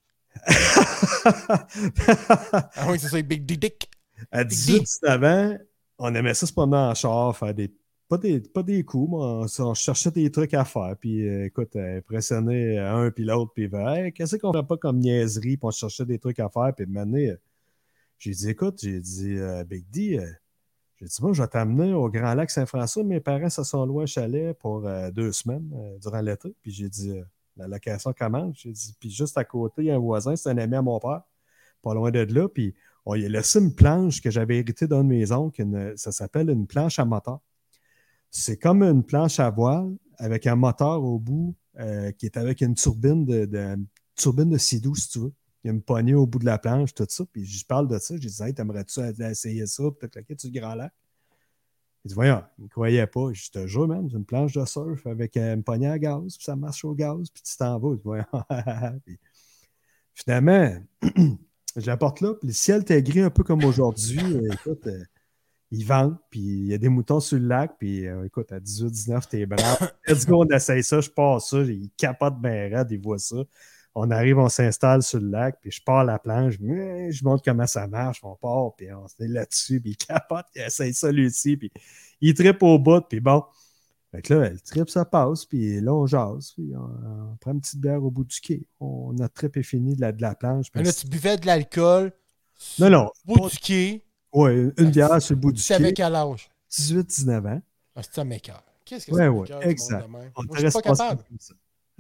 Ah oui, c'est ça, Big D Dick. À dix-huit dix-neuf ans, on aimait ça se promener en char, faire des Pas des, pas des coups, mais on, on cherchait des trucs à faire. Puis, euh, écoute, impressionner un puis l'autre, puis hey, qu'est-ce qu'on fait pas comme niaiserie? Puis on cherchait des trucs à faire. Puis, de manière, euh, j'ai dit, écoute, j'ai dit, euh, Big D, euh, j'ai dit, moi, je vais t'amener au Grand Lac Saint-François. Mes parents se sont loués un chalet pour euh, deux semaines euh, durant l'été. Puis, j'ai dit, euh, la location commence. J'ai dit, puis juste à côté, il y a un voisin, c'est un ami à mon père, pas loin de là. Puis, on lui a laissé une planche que j'avais héritée d'un de mes oncles. Une, ça s'appelle une planche à moteur. C'est comme une planche à voile avec un moteur au bout euh, qui est avec une turbine de, de, une turbine de Sea-Doo, si tu veux. Il y a une poignée au bout de la planche, tout ça. Puis je parle de ça. Je dis, hey, t'aimerais-tu essayer ça? Peut-être claquer sur le Grand Lac. Il dit, voyons, il ne croyait pas. Je te jure, même, c'est une planche de surf avec une poignée à gaz, puis ça marche au gaz, puis tu t'en vas. Je dis, voyons. Puis, finalement, je la porte là, puis le ciel était gris un peu comme aujourd'hui. Écoute, euh, ils vendent, puis il y a des moutons sur le lac, puis euh, écoute, à dix-huit dix-neuf, t'es brave. Let's go, on essaye ça, je passe ça, ils capotent bien raide, ils voient ça. On arrive, on s'installe sur le lac, puis je pars la planche, je, je montre comment ça marche, on part, puis on se met là-dessus, puis il capote, il essaye ça lui aussi, puis il trippe au bout, puis bon. Fait que là, le trip, ça passe, puis là, on jase, puis on, on prend une petite bière au bout du quai. On, notre trip est fini de la, de la planche. Mais là, tu buvais de l'alcool non, non, au bout pas... du quai. Oui, une bière sur le bout du quai. Tu savais quel âge? dix-huit dix-neuf ans. Ah, c'est un mécœur. Qu'est-ce que ouais, c'est un ouais, mécœur? exact. Moi, on je suis pas capable. Comme ça.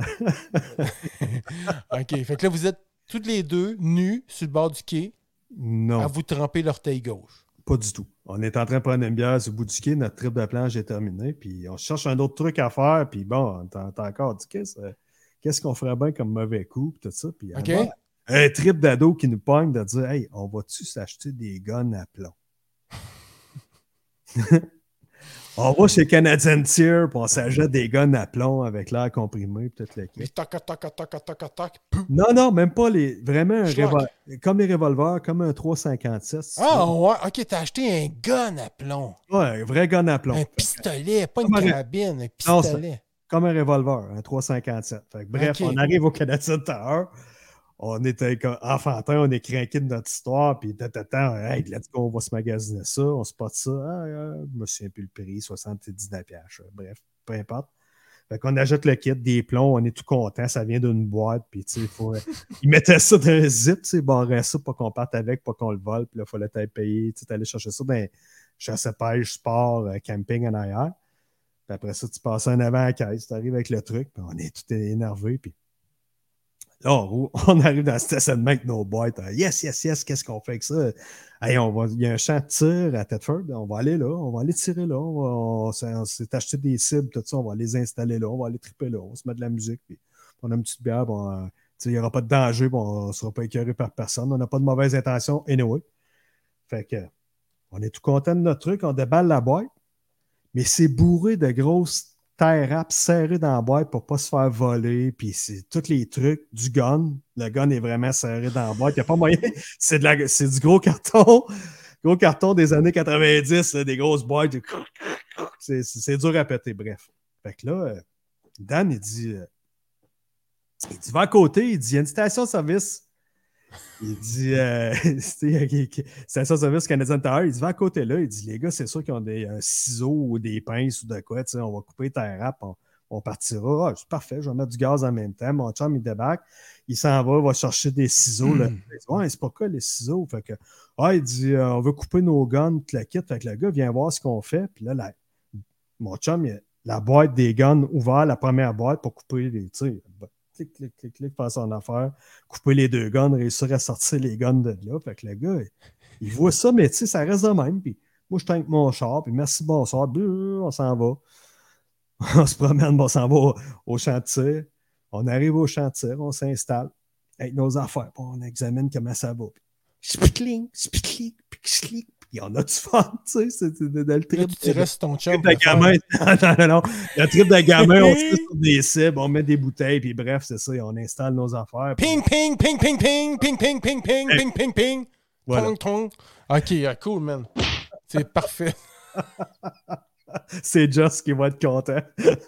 OK, fait que là, vous êtes toutes les deux nus sur le bord du quai non. à vous tremper l'orteil gauche. Pas du tout. On est en train de prendre une bière sur le bout du quai, notre trip de planche est terminé, puis on cherche un autre truc à faire, puis bon, on t'a encore dit qu'est-ce, qu'est-ce qu'on ferait bien comme mauvais coup, puis tout ça. Puis okay. un, un trip d'ado qui nous pogne de dire hey, on va-tu s'acheter des guns à plomb? On va chez Canadian Tire, puis on s'achète des guns à plomb avec l'air comprimé, puis tout le kit. Les toc, toc, toc, toc, toc, toc, toc. Non, non, même pas les. Vraiment, un revol... comme les revolvers, comme un trois cinquante-sept. Ah, ouais, ok, t'as acheté un gun à plomb. Ouais, un vrai gun à plomb. Un pistolet, pas une comme carabine, un pistolet. Non, comme un revolver, un trois cinquante-sept. Fait que, bref, okay. On arrive au Canadian Tire. On était enfantin, on est craqué de notre histoire, puis t'attends, hey, let's go, on va se magasiner ça, on spot ça. Ah, ah, je me souviens plus le prix, soixante-dix-neuf piastres. Bref, peu importe. Fait qu'on achète le kit, des plombs, on est tout content, ça vient d'une boîte, puis tu sais, faut... ils mettaient ça dans un zip, tu sais, barraient ça pour qu'on parte avec, pas qu'on le vole, puis là, il fallait être payé, tu sais, t'allais chercher ça dans chasse-pêche, sport, camping en arrière. Puis après ça, tu passes un avant à la caisse, tu arrives avec le truc, puis on est tout énervé, puis là, on, on arrive dans le stationnement avec nos boîtes. Yes, yes, yes, qu'est-ce qu'on fait avec ça? Hey, on va, il y a un champ de tir à Thetford. On va aller là, on va aller tirer là. On, va, on, on s'est acheté des cibles, tout ça. On va les installer là, on va aller triper là. On se met de la musique. Puis on a une petite bière. Bon, il n'y aura pas de danger. Bon, on ne sera pas écœuré par personne. On n'a pas de mauvaise intention. Anyway. Fait que, on est tout content de notre truc. On déballe la boîte. Mais c'est bourré de grosses terre rap serré dans la boîte pour ne pas se faire voler, puis c'est tous les trucs du gun. Le gun est vraiment serré dans la boîte. Il n'y a pas moyen. C'est, de la, c'est du gros carton. Gros carton des années quatre-vingt-dix, là, des grosses boîtes. C'est, c'est, c'est dur à péter, bref. Fait que là, Dan, il dit, il dit, va à côté, il dit, il y a une station-service. Il dit, euh, station-service Canadian Tire, il dit, va à côté là, il dit, les gars, c'est sûr qu'ils ont des euh, ciseaux ou des pinces ou de quoi, tu sais, on va couper ta rap, on, on partira. Ah, c'est parfait, je vais mettre du gaz en même temps. Mon chum, il débarque, il s'en va, il va chercher des ciseaux. Là. Il dit, ouais, c'est pas quoi les ciseaux? Fait que, ah, il dit, euh, on veut couper nos guns, toute la kit. Fait que le gars vient voir ce qu'on fait. Puis là, la, mon chum, il a la boîte des guns ouverte, la première boîte pour couper les, tu sais, clic, clic, clic, clic, faire son affaire, couper les deux guns, réussir à sortir les guns de là. Fait que le gars, il, il voit ça, mais tu sais, ça reste de même. Puis moi, je tank mon char, puis merci, bonsoir, bleu, on s'en va. On se promène, on s'en va au, au champ de tir. On arrive au champ de tir, on s'installe avec nos affaires, puis on examine comment ça va. Spitling, spitling, spitling. Puis on a du fun, tu sais, c'est de, de, de, le trip. Là, tu tirais sur ton chum. Le trip de gamin. Non, non, non. Le trip de gamin, on tire sur des cibles, on met des bouteilles, puis bref, c'est ça, on installe nos affaires. Puis... Ping, ping, ping, ping, ping, ping, ping, ping, ping, ping, ping, ping. Voilà. Tong, tong. OK, cool, man. C'est parfait. C'est Just qui va être content.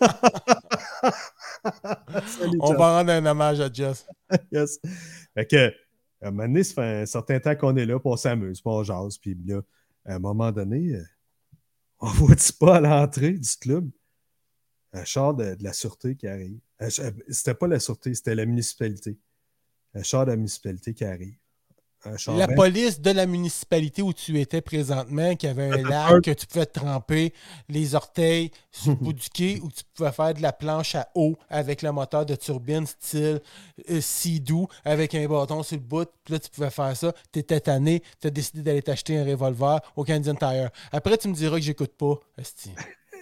Salut, on Just. Va rendre un hommage à Just. Yes. Fait que, à un moment donné, ça fait un certain temps qu'on est là, puis on s'amuse, puis on jase, puis là, à un moment donné, on voit-tu pas à l'entrée du club un char de, de la sûreté qui arrive. C'était pas la sûreté, c'était la municipalité. Un char de la municipalité qui arrive. La bien... police de la municipalité où tu étais présentement, qui avait un lac que tu pouvais te tremper les orteils sur le bout du quai, où tu pouvais faire de la planche à eau avec le moteur de turbine style euh, Sea-Doo avec un bâton sur le bout. Puis là, tu pouvais faire ça. Tu étais tanné. Tu as décidé d'aller t'acheter un revolver au Canadian Tire. Après, tu me diras que j'écoute pas. Esti.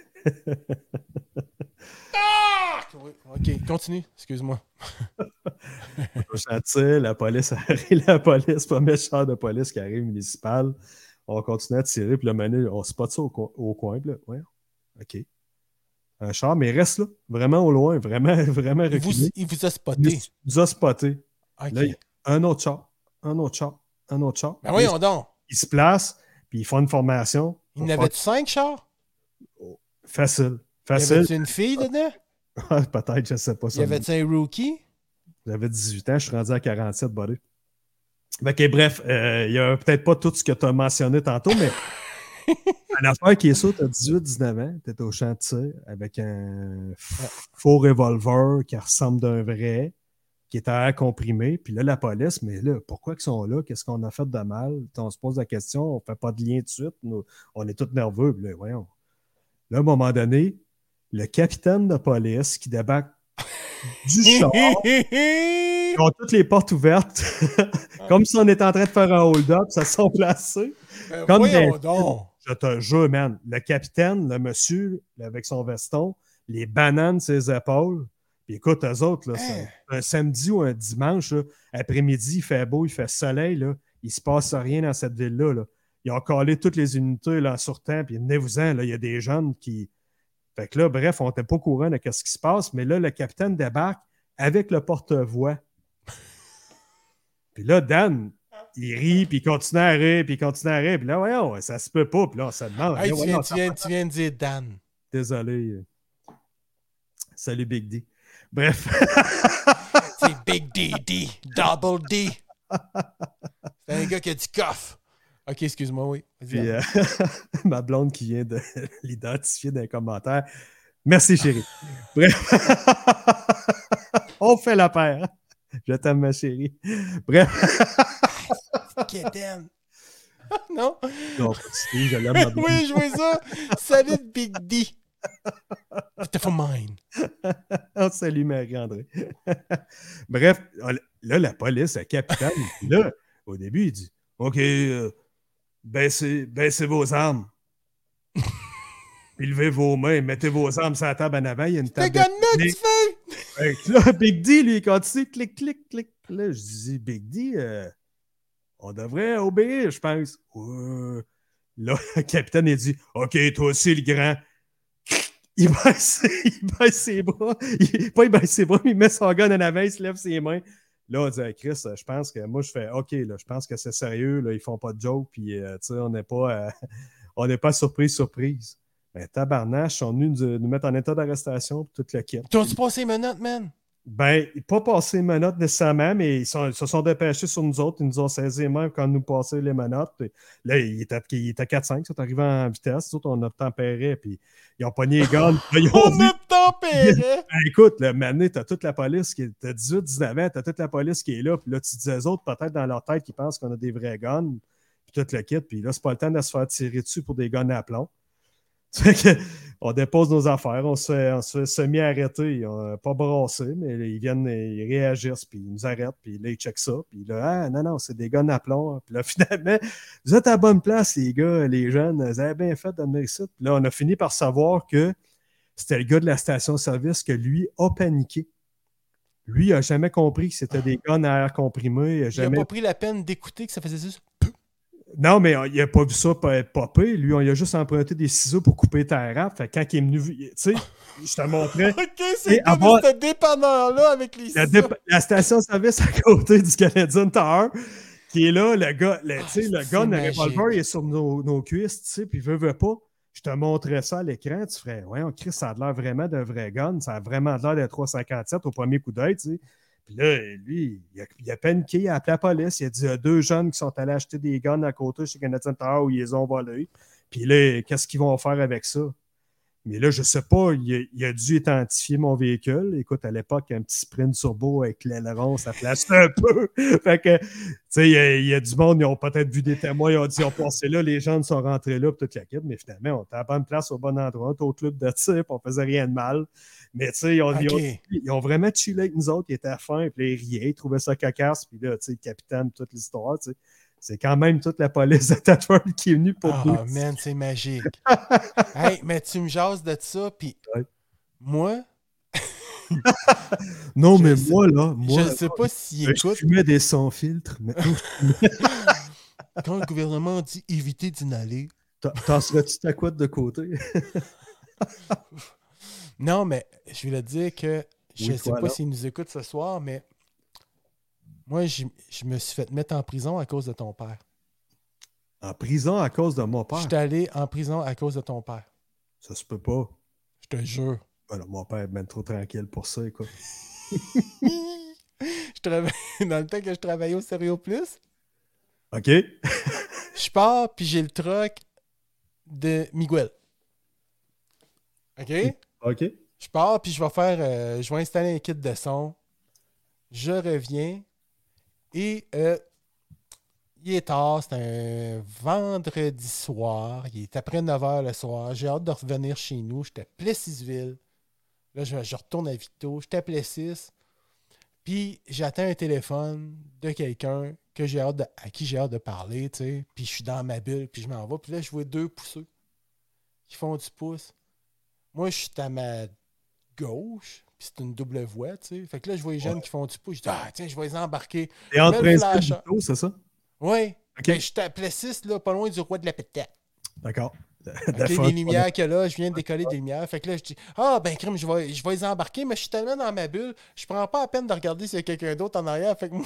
Ah! Oui, ok, continue, excuse-moi. Au chantier, la police arrive, la police, premier char de police qui arrive municipal. On continue à tirer, puis le menu, on spot ça au, co- au coin, puis là, ouais, ok. Un char, mais il reste là, vraiment au loin, vraiment, vraiment reculé. Il vous, il vous a spoté. Il vous a spoté. Okay. Là, un autre char, un autre char, un autre char. Ben voyons donc. Il se place, puis ils font une formation. Il y en avait-tu cinq chars? Facile. Facile. Y avait-tu une fille dedans? Peut-être, je ne sais pas ça. Y avait-tu un rookie? J'avais dix-huit ans, je suis rendu à quarante-sept, buddy. Okay, bref, il euh, n'y a peut-être pas tout ce que tu as mentionné tantôt, mais une affaire qui est ça, tu as dix-huit dix-neuf ans, tu es au champ de tir avec un faux revolver qui ressemble d'un vrai, qui est à air comprimé. Puis là, la police, mais là, pourquoi ils sont là? Qu'est-ce qu'on a fait de mal? On se pose la question, on ne fait pas de lien tout de suite. Nous, on est tous nerveux. Puis là, voyons. Là, à un moment donné, le capitaine de police qui débarque du char, ils ont toutes les portes ouvertes, comme si on était en train de faire un hold-up, ça se sont placés. Ben comme voyons des... donc! Je te jure, man, le capitaine, le monsieur, avec son veston, les bananes sur ses épaules. Puis écoute, eux autres, là, c'est un samedi ou un dimanche, là, après-midi, il fait beau, il fait soleil, là, il se passe rien dans cette ville-là. Là. Ils ont collé toutes les unités là, en sortant, puis venez-vous-en, là, il y a des jeunes qui... Fait que là, bref, on n'était pas au courant de ce qui se passe, mais là, le capitaine débarque avec le porte-voix. Puis là, Dan, il rit, puis il continue à rire, puis il continue à rire. Puis là, voyons, ça se peut pas. Puis là, on se demande. Hey, là, tu, voyons, viens, tu, viens, tu viens de dire Dan. Désolé. Salut, Big D. Bref. C'est Big D, D, Double D. C'est un gars qui a du coffre. OK, excuse-moi, oui. Puis, euh, ma blonde qui vient de l'identifier dans les commentaires. Merci, chérie. Bref. On fait la paire. Je t'aime, ma chérie. Bref. Get them. Non? Non, si, je l'aime, ma blonde. Oui, je vois ça. Salut, Big D. C'était for mine. Oh, salut, Marie-André. Bref, là, la police, le capitaine, là, au début, il dit OK, euh, baissez, baissez vos armes. Puis levez vos mains, mettez vos armes sur la table en avant. Il y a une table. T'es gagné, tu fais? Là, Big D, lui, il continue, clic, clic, clic. Là, je dis Big D, euh, on devrait obéir, je pense. Euh... Là, le capitaine, il dit OK, toi aussi, le grand. Il baisse, il baisse ses bras. Il, pas il baisse ses bras, mais il met son gun en avant, il se lève ses mains. Là, on dit à Chris, je pense que moi, je fais OK, là, je pense que c'est sérieux, là, ils font pas de joke, puis euh, on n'est pas, euh, on n'est pas surprise, surprise. Mais tabarnache, ils sont venus nous, nous mettre en état d'arrestation pour toute la quête. T'as-tu passé les menottes, man? Ben, pas passé les menottes nécessairement, mais ils, sont, ils se sont dépêchés sur nous autres. Ils nous ont saisi les mains quand nous passaient les menottes. Puis là, il était, il était quatre cinq, ils sont arrivés en vitesse. Nous autres, on obtempérait, puis ils ont pogné les gars. Ils ont on vu... obtempérait! Ben, écoute, là, maintenant, t'as toute la police qui est... T'as dix-huit dix-neuf ans, t'as toute la police qui est là. Puis là, tu dis aux autres, peut-être dans leur tête, qu'ils pensent qu'on a des vrais guns, puis tout le kit. Puis là, c'est pas le temps de se faire tirer dessus pour des guns à plomb. On dépose nos affaires, on se fait, on se fait semi-arrêter, pas brassé, mais ils viennent, ils réagissent, puis ils nous arrêtent, puis là, ils checkent ça, puis là, ah, non, non, c'est des guns à plomb. Puis là, finalement, vous êtes à la bonne place, les gars, les jeunes, vous avez bien fait d'amener ici. Puis là, on a fini par savoir que c'était le gars de la station-service que lui a paniqué. Lui, il n'a jamais compris que c'était des guns à air comprimé. Il n'a jamais... pas pris la peine d'écouter que ça faisait juste... Non, mais il n'a pas vu ça popper. Lui, on lui a juste emprunté des ciseaux pour couper ta rap. Fait quand il est venu, tu sais, je te montrais. OK, c'est comme avoir... ce dépanneur-là avec les ciseaux. La, dé... la station-service à côté du Canadian Tower, qui est là, le gars, le, ah, le gun, le revolver, il est sur nos, nos cuisses, tu sais, puis veut, veut pas. Je te montrais ça à l'écran, tu ferais, ouais, on Chris, ça a l'air vraiment d'un vrai gun, ça a vraiment l'air d'un trois cinquante-sept au premier coup d'œil, tu sais. Puis là, lui, il a, il a paniqué, il a appelé la police. Il a dit il y a deux jeunes qui sont allés acheter des guns à côté chez Canadian Tower où ils les ont volés. Puis là, qu'est-ce qu'ils vont faire avec ça? Mais là, je sais pas, il a, il a dû identifier mon véhicule. Écoute, à l'époque, un petit sprint turbo avec l'aileron, ça flash un peu. Fait que, tu sais, il y, a, il y a du monde, ils ont peut-être vu des témoins, ils ont dit, ils ont passé là, les gens sont rentrés là, puis toute la quête. Mais finalement, on était à la bonne place, au bon endroit, on était au club de tir, puis on faisait rien de mal. Mais tu sais, ils, okay. ils, ont, ils ont vraiment chillé avec nous autres, ils étaient à faim, puis ils riaient, ils trouvaient ça cocasse, puis là, tu sais, le capitaine, toute l'histoire, tu sais. C'est quand même toute la police de Tatford qui est venue pour oh, nous. Oh man, c'est magique. Hey, mais tu me jases de ça, puis ouais. moi... non, mais sais, moi, là, moi... Je ne sais pas s'il écoute... Je fumais des sans-filtres, mais... Quand le gouvernement dit « éviter d'inhaler », t'en serais-tu ta couette de côté? Non, mais je vais le dire que je ne oui, sais pas s'il nous écoute ce soir, mais moi, je, je me suis fait mettre en prison à cause de ton père. En prison à cause de mon père? Je suis allé en prison à cause de ton père. Ça se peut pas. Je te jure. Alors, mon père est bien trop tranquille pour ça, écoute. je travaille dans le temps que je travaillais au Sérieux Plus. OK. Je pars, puis j'ai le truck de Miguel. OK? OK. Je pars, puis je vais faire... euh, je vais installer un kit de son. Je reviens. Et euh, il est tard. C'est un vendredi soir. Il est après neuf heures le soir. J'ai hâte de revenir chez nous. J'étais à Plessisville. Là, je, je retourne à Victo. J'étais à Plessis. Puis j'attends un téléphone de quelqu'un que j'ai hâte de, à qui j'ai hâte de parler, tu sais. Puis je suis dans ma bulle, puis je m'en vais. Puis là, je vois deux pousseux qui font du pouce. Moi, je suis à ma gauche, puis c'est une double voie, tu sais. Fait que là, je vois les jeunes Ouais. qui font du pouce. Je dis, ah, tiens, je vais les embarquer. Et entre Je mets le Princeton et flash. Victo, c'est ça? Oui. OK. Ben, je suis à Plessis, là, pas loin du roi de la pétette. D'accord. OK, les lumières qu'il y a là, je viens de décoller des lumières. Fait que là, je dis, ah, ben, crime, je vais, je vais les embarquer, mais je suis tellement dans ma bulle, je prends pas la peine de regarder s'il y a quelqu'un d'autre en arrière. Fait que moi,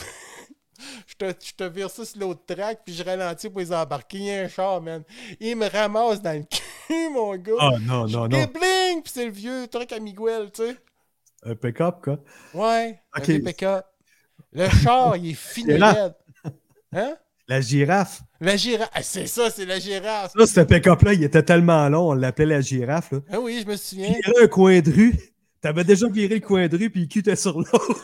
je te, je te vire ça sur l'autre track, puis je ralentis pour les embarquer. Il y a un char, man. Il me ramasse dans le cul, mon gars. Ah, non, non, non. Bling! Puis c'est le vieux truc à Miguel, tu sais. Un pick-up, quoi. Ouais, OK. un vieux pick-up. Le char, il est fini C'est là. raide. Hein? La girafe. La girafe. Ah, c'est ça, c'est la girafe. Ça, ce pick-up-là, il était tellement long, on l'appelait la girafe. Là. Ah oui, je me souviens. Puis il y avait un coin de rue. T'avais déjà viré le coin de rue, puis il cutait sur l'autre.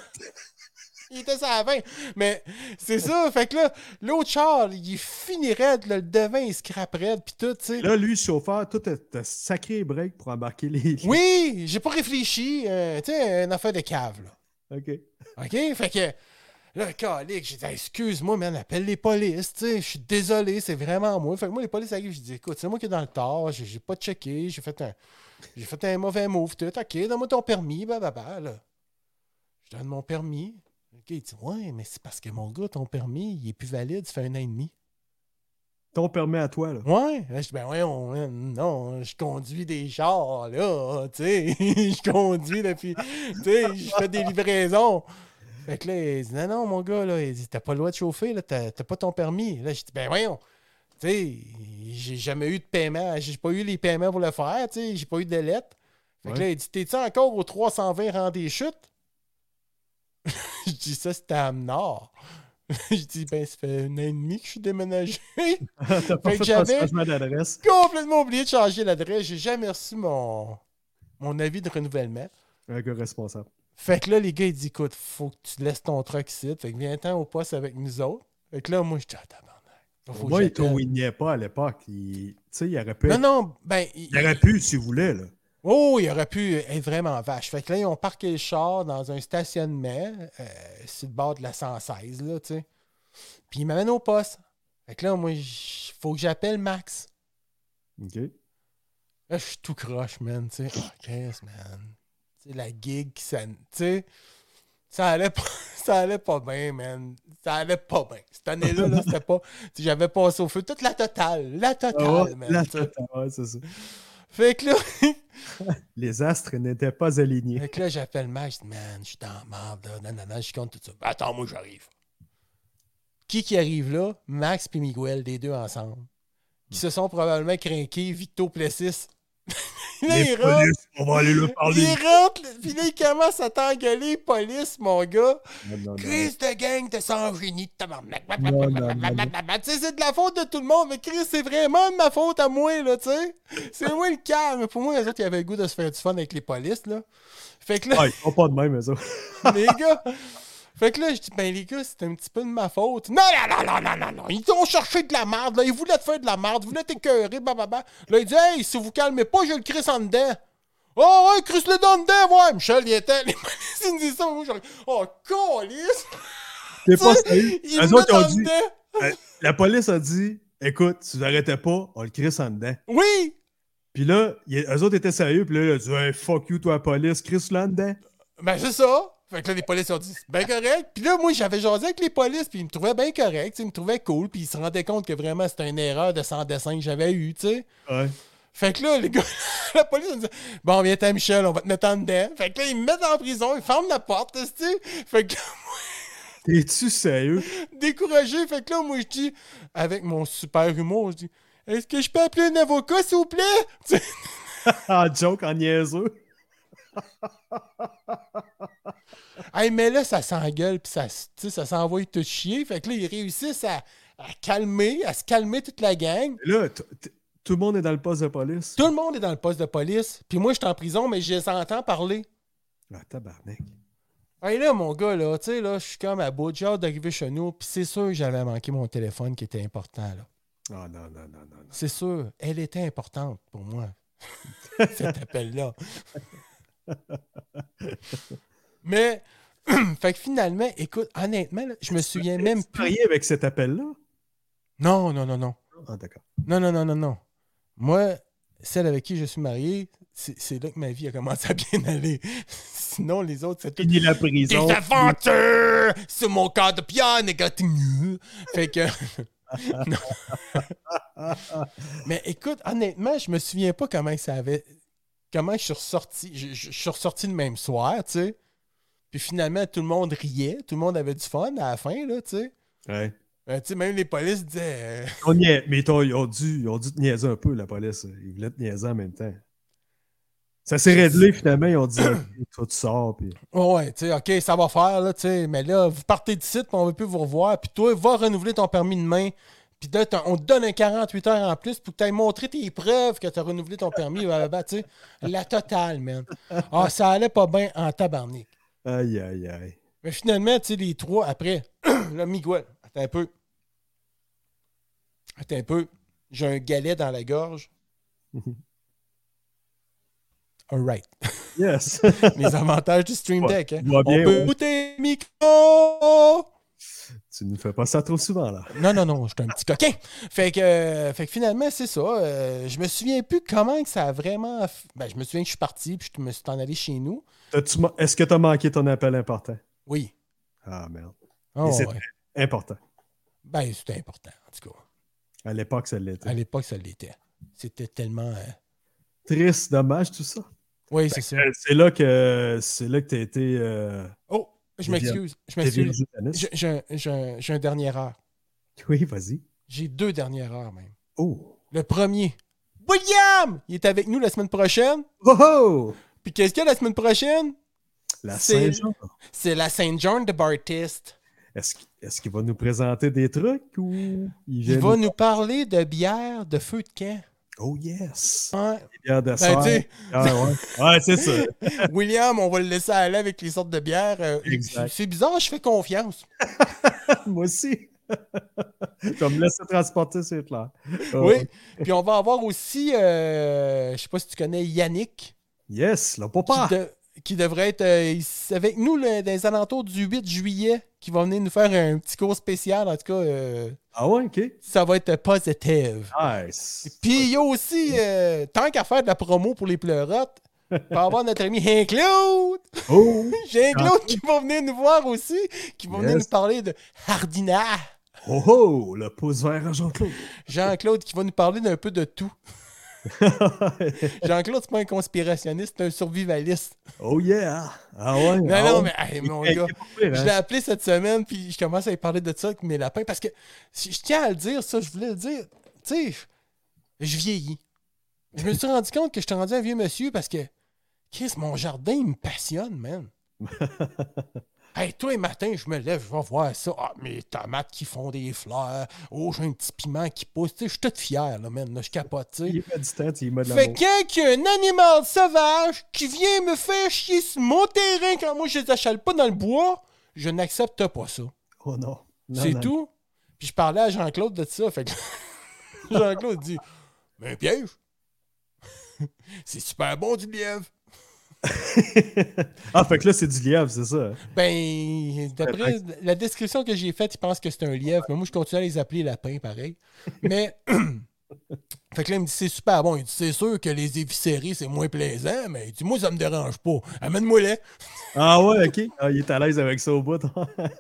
Il était sur la vingt. Mais c'est ça. Fait que là, l'autre char, il finirait, là, le devin, il scraperait, puis tout, tu sais. Là, lui, le chauffeur, tout a sacré break pour embarquer les... Oui, j'ai pas réfléchi. Euh, tu sais, une affaire de cave, là. OK. OK? Fait que là, calique, j'ai dit, excuse-moi, man, appelle les polices, tu sais, je suis désolé, c'est vraiment moi. Fait que moi, les polices arrivent, je dis, écoute, c'est moi qui est dans le tort, j'ai, j'ai pas checké, j'ai fait un j'ai fait un mauvais move, tout, OK, donne-moi ton permis, blablabla, là. Je donne mon permis. OK, il dit, ouais, mais c'est parce que mon gars, ton permis, il est plus valide, ça fait un an et demi. Ton permis à toi, là. Ouais. Là, je dis, ben ouais, on, non, je conduis des chars, là, tu sais, je conduis depuis, tu sais, je fais des livraisons. Fait que là, il dit, non, non, mon gars, là, il dit, t'as pas le droit de chauffer, là, t'as, t'as pas ton permis. Là, je dis, ben voyons, tu sais, j'ai jamais eu de paiement, j'ai pas eu les paiements pour le faire, tu sais, j'ai pas eu de lettre. Fait que Ouais. là, il dit, t'es-tu encore au trois cent vingt rang des chutes? Je dis, ça, c'était à Nord. Je dis, ben, ça fait un an et demi que je suis déménagé. T'as pas Fait que fait un j'avais- changement d'adresse. Complètement oublié de changer l'adresse. J'ai jamais reçu mon, mon avis de renouvellement. Un gars responsable. Fait que là, les gars, ils disent, écoute, faut que tu laisses ton truck ici. Fait que viens-t'en au poste avec nous autres. Fait que là, moi, je dis, ah, tabarnak. Faut Moi, que il j'appelle. t'ouignait pas à l'époque. Il... Tu sais, il aurait pu... Non, être- non, ben. Il, Il aurait pu, s'il voulait, là. Oh, il aurait pu être vraiment vache. Fait que là, ils ont parqué le char dans un stationnement euh, sur le bord de la cent seize, là, tu sais. Puis ils m'amènent au poste. Fait que là, moi, il faut que j'appelle Max. OK. Là, je suis tout croche, man, tu sais. Oh, Chris, man. Tu sais, la gig, ça, tu sais, ça allait pas, ça allait pas bien, man. Ça allait pas bien. Cette année-là, là, c'était pas... tu sais, j'avais passé au feu toute la totale. La totale, Ah ouais, man. la tu sais. totale, ouais, c'est ça. Fait que là... Les astres n'étaient pas alignés. Fait que là, j'appelle Max, je dis, man, je suis dans la merde, là. Non, non, non, je compte tout ça. Ben, attends, moi, j'arrive. Qui qui arrive là? Max et Miguel, les deux ensemble. Qui se sont probablement craqués, Victo Plessis. Là, Les ils rentrent, polices, on va aller leur parler. ils rentrent, puis là, ils commencent à t'engueuler, police, mon gars. Non, non, non. Chris de gang de sans génie de tabarnak. Non, non, non, non. Tu sais, c'est de la faute de tout le monde, mais Chris, c'est vraiment de ma faute à moi, là, tu sais. C'est moi le calme. Pour moi, les autres, ils avaient le goût de se faire du fun avec les polices, là. Fait que là, Ah, ils sont pas de même, eux autres. les gars. Fait que là, je dis, ben les gars, c'est un petit peu de ma faute. Non, non, non, non, non, non, non. Ils t'ont cherché de la merde, là. Ils voulaient te faire de la merde. Ils voulaient t'écœurer, bababa. Là, il dit, hey, si vous vous calmez pas, je le crisse en dedans. Oh, ouais, crisse le dans dedans, ouais. Michel, il était. Les polices, ils me disent ça. Moi, je oh, câlisse. T'es pas Tu sais, sérieux. ils Eux me autres, ils ont mettent en dit. dedans. euh, La police a dit, écoute, si vous arrêtez pas, on le crisse en dedans. Oui. Puis là, il- eux autres étaient sérieux, puis là, il a dit, hey, fuck you, toi, police, crisse là en dedans. Ben, c'est ça. Fait que là, les polices ont dit, c'est bien correct. Puis là, moi, j'avais jasé avec les polices, puis ils me trouvaient bien correct, tu sais, ils me trouvaient cool, puis ils se rendaient compte que vraiment, c'était une erreur de sans dessin que j'avais eue, tu sais. Ouais. Fait que là, les gars, la police me dit, bon, viens t'en, Michel, on va te mettre en dedans. Fait que là, ils me mettent en prison, ils ferment la porte, tu sais. Fait que T'es-tu sérieux? découragé, fait que là, moi, je dis, avec mon super humour, je dis, est-ce que je peux appeler un avocat, s'il vous plaît? Tu sais, En joke, en niaiseux. Hey, mais là, ça s'engueule, puis ça, ça s'envoie tout chier. Fait que là, ils réussissent à, à calmer, à se calmer toute la gang. Et là, t- t- tout le monde est dans le poste de police. Tout le monde est dans le poste de police. Puis moi, je suis en prison, mais je les entends parler. Ah, tabarnak. Hey, là, mon gars, là, tu sais, là, je suis comme à bout. J'ai hâte d'arriver chez nous. Puis c'est sûr que j'avais manqué mon téléphone qui était important, là. Ah, non, non, non, non. non. C'est sûr. Elle était importante pour moi. Cet appel-là. Mais, fait que finalement, écoute, honnêtement, là, je me souviens même Tu plus. marié avec cet appel-là? Non, non, non, non. Ah, d'accord. Non, non, non, non, non. Moi, celle avec qui je suis marié, c'est, c'est là que ma vie a commencé à bien aller. Sinon, les autres, c'est tout. Fini la prison. Des aventures sur mon corps de piano continue. Fait que. Mais écoute, honnêtement, je me souviens pas comment ça avait. Comment je suis ressorti. Je, je, je suis ressorti le même soir, tu sais. Puis finalement, tout le monde riait. Tout le monde avait du fun à la fin, là, tu sais. Ouais. Euh, tu sais, même les polices disaient. Euh... On nia... Mais ils ont, ils, ont dû, ils ont dû te niaiser un peu, la police. Ils voulaient te niaiser en même temps. Ça s'est réglé, finalement. Ils ont dit, toi, tu sors. Puis... Ouais, tu sais, OK, ça va faire, là, tu sais. Mais là, vous partez d'ici, puis on ne veut plus vous revoir. Puis toi, va renouveler ton permis de main. Puis là, on te donne un quarante-huit heures en plus pour que tu ailles montrer tes preuves que tu as renouvelé ton permis. Bah, tu sais, la totale, man. Ah, ça allait pas bien en tabarnak. Aïe, aïe, aïe. Mais finalement, tu sais, les trois, après, là, Miguel, attends un peu. Attends un peu. J'ai un galet dans la gorge. All right. Yes. Les avantages du Stream Deck. Hein. bien, On peut ouais. écouter micro. Tu ne fais pas ça trop souvent, là. Non, non, non, je suis un petit coquin. Fait que, euh, fait que finalement, c'est ça. Euh, je me souviens plus comment que ça a vraiment... Ben, je me souviens que je suis parti puis je me suis en allé chez nous. T'as-tu ma- Est-ce que tu as manqué ton appel important? Oui. Ah, merde. Oh, Et c'est ouais. important. Ben, c'était important, en tout cas. À l'époque, ça l'était. À l'époque, ça l'était. C'était tellement... euh, Triste, dommage, tout ça. Oui, c'est ça. Euh, C'est là que c'est là que t'as été. Euh... Oh, je T'es m'excuse. Je t'es m'excuse. virginaliste. J'ai- J'ai un- j'ai un- j'ai un dernière heure. Oui, vas-y. J'ai deux dernières heures, même. Oh! Le premier, William! Il est avec nous la semaine prochaine. Oh oh! Puis qu'est-ce qu'il y a la semaine prochaine? La C'est- Saint-Jean. C'est la Saint-Jean de Baptiste. Est-ce qu'il est-ce qu'il va nous présenter des trucs ou il Il vient va nous- nous parler de bière de feu de camp. Oh yes! Ouais. Des bières de Ben, soir. tu sais, Ah, ouais, ouais c'est ça. William, on va le laisser aller avec les sortes de bières. Euh, Exact. C'est bizarre, je fais confiance. Moi aussi. Je vais me laisser transporter, c'est clair. Ah, Oui. Puis on va avoir aussi, euh, je sais pas si tu connais Yannick, Yes, le qui, papa. de- qui devrait être euh, ici avec nous là, dans les alentours du huit juillet, qui va venir nous faire un petit cours spécial. En tout cas, euh, Ah ouais, ok. ça va être positive. Nice. Puis il y a aussi, euh, tant qu'à faire de la promo pour les pleurotes, on va avoir notre ami Hein-Claude. Oh! J'ai Claude qui va venir nous voir aussi, qui va venir Yes. nous parler de Hardina. Oh oh! Le pouce vert à Jean-Claude. Jean-Claude qui va nous parler d'un peu de tout. Jean-Claude, c'est pas un conspirationniste, c'est un survivaliste. Oh yeah! Ah ouais? Non, ah non, ouais. mais hey, mon Il- il- gars, il est pas pire, je hein? l'ai appelé cette semaine, puis je commence à lui parler de ça avec mes lapins, parce que si je tiens à le dire, ça, je voulais le dire, tu sais, je vieillis. Je me suis rendu compte que je suis rendu un vieux monsieur parce que, Chris, mon jardin, il me passionne, man. Hey, tous les matins, je me lève, je vais voir ça. Ah, mes tomates qui font des fleurs. Oh, j'ai un petit piment qui pousse. Tu sais, je suis tout fier, là, man. Là, je capote, tu sais. Il met du temps, il met de Fait l'amour. que quand il y a un animal sauvage qui vient me faire chier sur mon terrain quand moi je les achale pas dans le bois, je n'accepte pas ça. Oh non. Non, C'est non. tout. Puis je parlais à Jean-Claude de ça. Fait que Jean-Claude dit mais un piège. C'est super bon du lièvre. Ah, fait que là, c'est du lièvre, c'est ça. Ben, d'après la description que j'ai faite, il pense que c'est un lièvre. Mais moi, je continue à les appeler lapins, pareil. Mais, fait que là, il me dit, c'est super bon. Il dit, c'est sûr que les éviscérés, c'est moins plaisant, mais il dit, moi, ça me dérange pas. Amène-moi-les. Ah ouais, ok. Ah, il est à l'aise avec ça au bout.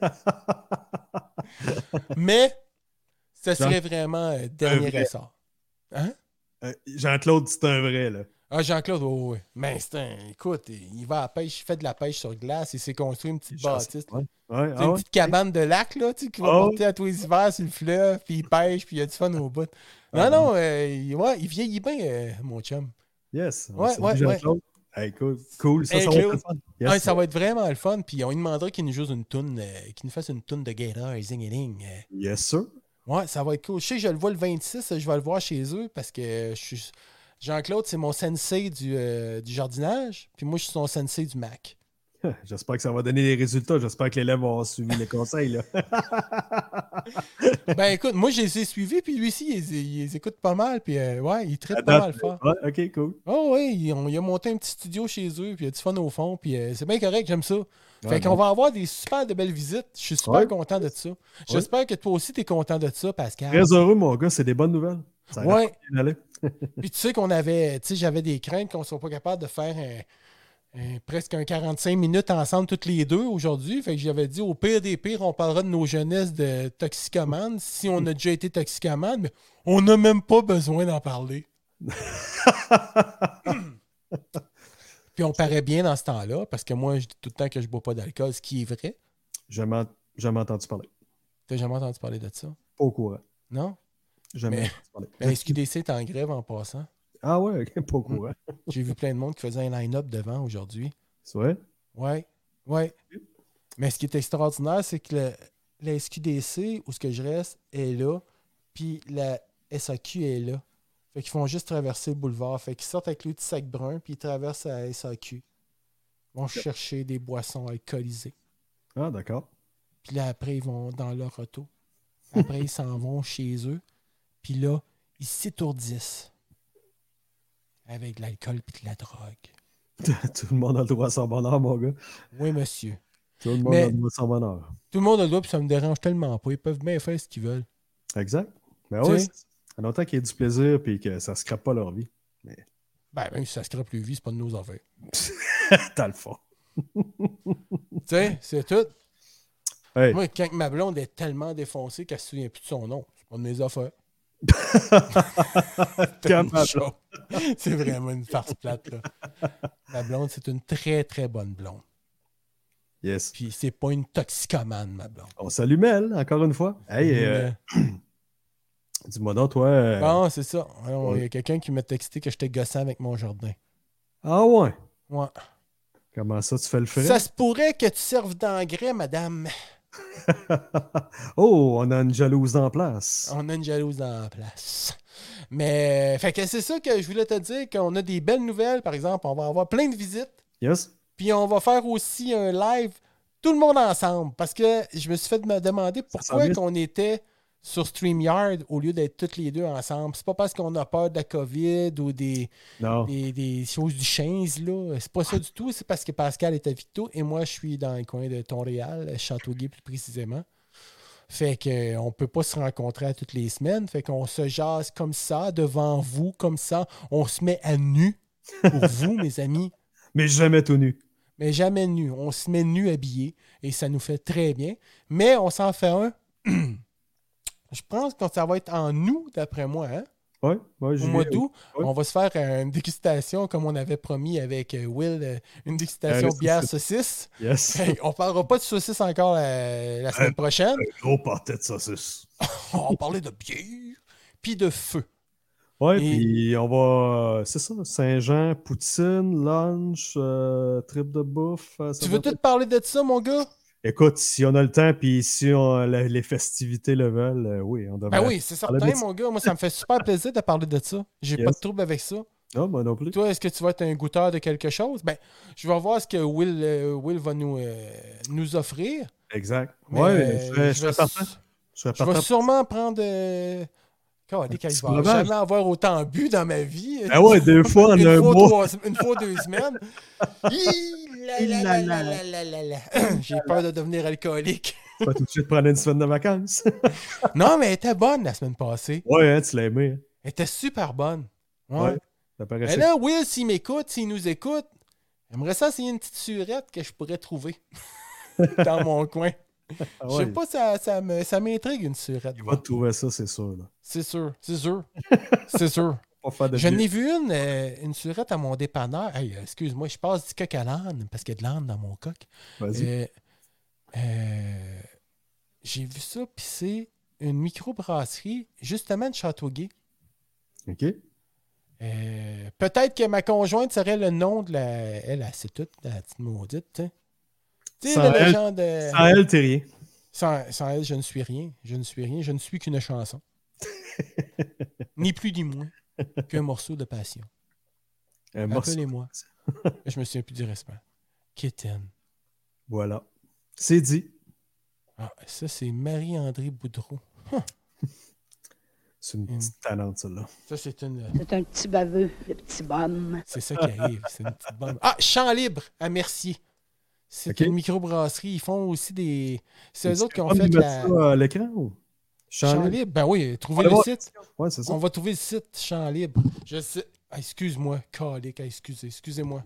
Mais, ça serait Jean- vraiment euh, dernier vrai. ressort. Hein? Euh, Jean-Claude, c'est un vrai, là. Ah, Jean-Claude, oui, oui. Mais c'est un. Écoute, il va à la pêche, il fait de la pêche sur glace, il s'est construit une petite bâtisse. Ouais, ouais, C'est ah une ouais. petite cabane de lac, là, tu sais, qui va Oh. porter à tous les hivers sur le fleuve, puis il pêche, puis il y a du fun au bout. Non, Ah, non, euh, il, ouais, il vieillit bien, euh, mon chum. Yes. on Ouais, salue ouais, Jean-Claude. Hey, cool, cool. Ça, Hey, ça va être Claude. le fun. Yes. Ouais, ça va être vraiment le fun. Puis on lui demandera qu'il nous joue une toune, euh, qu'il nous fasse une toune de Gator et Zing-a-Ling. Euh, Yes, sir. Ouais, ça va être cool. Je sais que je le vois le vingt-six, je vais le voir chez eux parce que je suis... Jean-Claude, c'est mon sensei du, euh, du jardinage. Puis moi, je suis son sensei du Mac. J'espère que ça va donner des résultats. J'espère que l'élève va suivre les conseils. Là. Ben écoute, moi, je les ai suivis, puis lui aussi, il, il les écoute pas mal. Puis euh, ouais, il traite À pas date, mal fort. ouais, ok, cool. Oh oui, il, on- il a monté un petit studio chez eux, puis il y a du fun au fond, puis euh, c'est bien correct, j'aime ça. Fait Ouais, qu'on bon. va avoir des super de belles visites. Je suis super Ouais. content de ça. J'espère que toi aussi, tu es content de ça, Pascal. Très heureux, mon gars. C'est des bonnes nouvelles. Ça a Ouais. l'air bien allé. Puis tu sais qu'on avait, tu sais, j'avais des craintes qu'on soit pas capable de faire un, un- presque un quarante-cinq minutes ensemble toutes les deux aujourd'hui. Fait que j'avais dit, au pire des pires, on parlera de nos jeunesses de toxicomanes, si on a déjà été toxicomane, mais on n'a même pas besoin d'en parler. Puis on paraît bien dans ce temps-là, parce que moi, je dis tout le temps que je bois pas d'alcool, ce qui est vrai. Jamais, jamais entendu parler. T'as jamais entendu parler de ça? Pas au courant. Non? Jamais Mais- entendu parler. La S Q D C est en grève en passant. Ah ouais, ok, pas au courant. J'ai vu plein de monde qui faisait un line-up devant aujourd'hui. C'est vrai? Ouais, ouais. Mais ce qui est extraordinaire, c'est que le- la S Q D C, où ce que je reste, est là, puis la S A Q est là. Fait qu'ils font juste traverser le boulevard. Fait qu'ils sortent avec le petit sac brun, puis ils traversent la S A Q. Ils vont chercher des boissons alcoolisées. Ah, d'accord. Puis là, après, ils vont dans leur auto. Après, ils s'en vont chez eux. Puis là, ils s'étourdissent avec de l'alcool et de la drogue. Tout le monde a le droit à son bonheur, mon gars. Oui, monsieur. Tout le monde Mais- a le droit à son bonheur. Tout le monde a le droit, puis ça me dérange tellement pas. Ils peuvent bien faire ce qu'ils veulent. Exact. Ben Tu oui, sais? c'est longtemps qu'il y ait du plaisir et que ça ne scrape pas leur vie. Ben, même si ça se crée plus vite, c'est pas de nos affaires. T'as le fond. Tu sais, c'est tout. Hey. Moi, quand ma blonde est tellement défoncée qu'elle se souvient plus de son nom, c'est pas de mes affaires. Calme, Tellement chaud. C'est vraiment une farce plate, là. Ma blonde, c'est une très, très bonne blonde. Yes. Puis c'est pas une toxicomane, ma blonde. On salue Mel, encore une fois. Hey, euh, Mais- dis-moi donc, toi. euh, Bon, c'est ça. Alors, il y ouais. a quelqu'un qui m'a texté que j'étais gossant avec mon jardin. Ah ouais. Ouais. Comment ça, tu fais le frais? Ça se pourrait que tu serves d'engrais, madame. Oh, on a une jalouse en place. On a une jalouse dans la place. Mais, fait que c'est ça que je voulais te dire, qu'on a des belles nouvelles. Par exemple, on va avoir plein de visites. Yes? Puis on va faire aussi un live, tout le monde ensemble. Parce que je me suis fait me demander pourquoi sent bien. qu'on était sur StreamYard au lieu d'être toutes les deux ensemble. C'est pas parce qu'on a peur de la COVID ou des, Non. des, des choses du quinze, là. C'est pas ça du tout. C'est parce que Pascal est à Victo et moi, je suis dans le coin de Montréal, Châteauguay plus précisément. Fait qu'on peut pas se rencontrer à toutes les semaines. Fait qu'on se jase comme ça, devant vous, comme ça. On se met à nu pour vous, mes amis. Mais jamais tout nu. Mais jamais nu. On se met nu habillé et ça nous fait très bien. Mais on s'en fait un. Je pense que ça va être en août, d'après moi, hein? Ouais, ouais, Au j'y mois vais. d'août. Ouais. On va se faire une dégustation, comme on avait promis avec euh, Will, euh, une dégustation Euh, c'est- bière c'est- saucisse. Yes. Hey, on parlera pas de saucisse encore la, la semaine prochaine. Un gros pâté de saucisse. On va parler de bière, puis de feu. Ouais, Et- puis on va. C'est ça, Saint-Jean, poutine, lunch, euh, trip de bouffe. euh, ça Tu va veux tout être- parler de ça, mon gars? Écoute, si on a le temps, puis si on- la- les festivités le veulent, euh, oui, on devrait. Ben oui, c'est parler certain, de ça. mon gars. Moi, ça me fait super plaisir de parler de ça. J'ai Yes. pas de trouble avec ça. Non, moi non plus. Toi, est-ce que tu vas être un goûteur de quelque chose? Ben, je vais voir ce que Will, euh, Will va nous, euh, nous offrir. Exact. Mais, ouais, euh, je serais- je je serais vais, partant. Je serais je vais partant. sûrement prendre. Euh... Calais, petit je vais breuvage. jamais avoir autant bu dans ma vie. Ah ouais, deux fois en une, un fois, mois. trois- une fois deux semaines. Hi, la, la, la, la, la, la, la, la. J'ai peur de devenir alcoolique. Tu vas tout de suite prendre une semaine de vacances. Non, mais elle était bonne la semaine passée. ouais, hein, tu l'as aimé. hein. Elle était super bonne. Ouais. Ouais. Ça Mais paraissait. là, Will, s'il m'écoute, s'il nous écoute, j'aimerais ça essayer une petite surette que je pourrais trouver dans mon coin. Ah Je sais ouais, pas, ça, ça, me, ça m'intrigue une surette. il va te trouver ça, c'est sûr. Là. C'est sûr, c'est sûr. C'est sûr. Pas faire de Je biais. n'ai vu une, euh, une surette à mon dépanneur. Hey, euh, excuse-moi, je passe du coq à l'âne parce qu'il y a de l'âne dans mon coq. Vas-y. Euh, euh, J'ai vu ça, puis c'est une microbrasserie, justement de Châteauguay. OK. Euh, peut-être que ma conjointe serait le nom de la... Elle, elle sait tout, la petite maudite, tu sais. Tu sais, Sans le elle, genre de... sans elle, t'es rien. Sans, sans elle, je ne suis rien. Je ne suis rien. Je ne suis qu'une chanson. Ni plus ni moins qu'un morceau de passion. Un morceau. Appelez-moi. Je me souviens plus du respect. Kitten. Voilà. C'est dit. Ah, ça, c'est Marie-André Boudreau. Huh. C'est une Une... petite talente, celle-là. Ça, c'est une... C'est un petit baveux, le petit bum. C'est ça qui arrive. C'est une petite bombe. Ah, Champ Libre à Mercier. C'est okay. une microbrasserie. Ils font aussi des... C'est eux autres qui ont fait la... ça à l'écran ou? Champ, Champ Libre? Ben oui, trouvez le site. Ouais, c'est ça. On va trouver le site Champ Libre. Je sais... Ah, excuse-moi, calique, excusez, excusez-moi.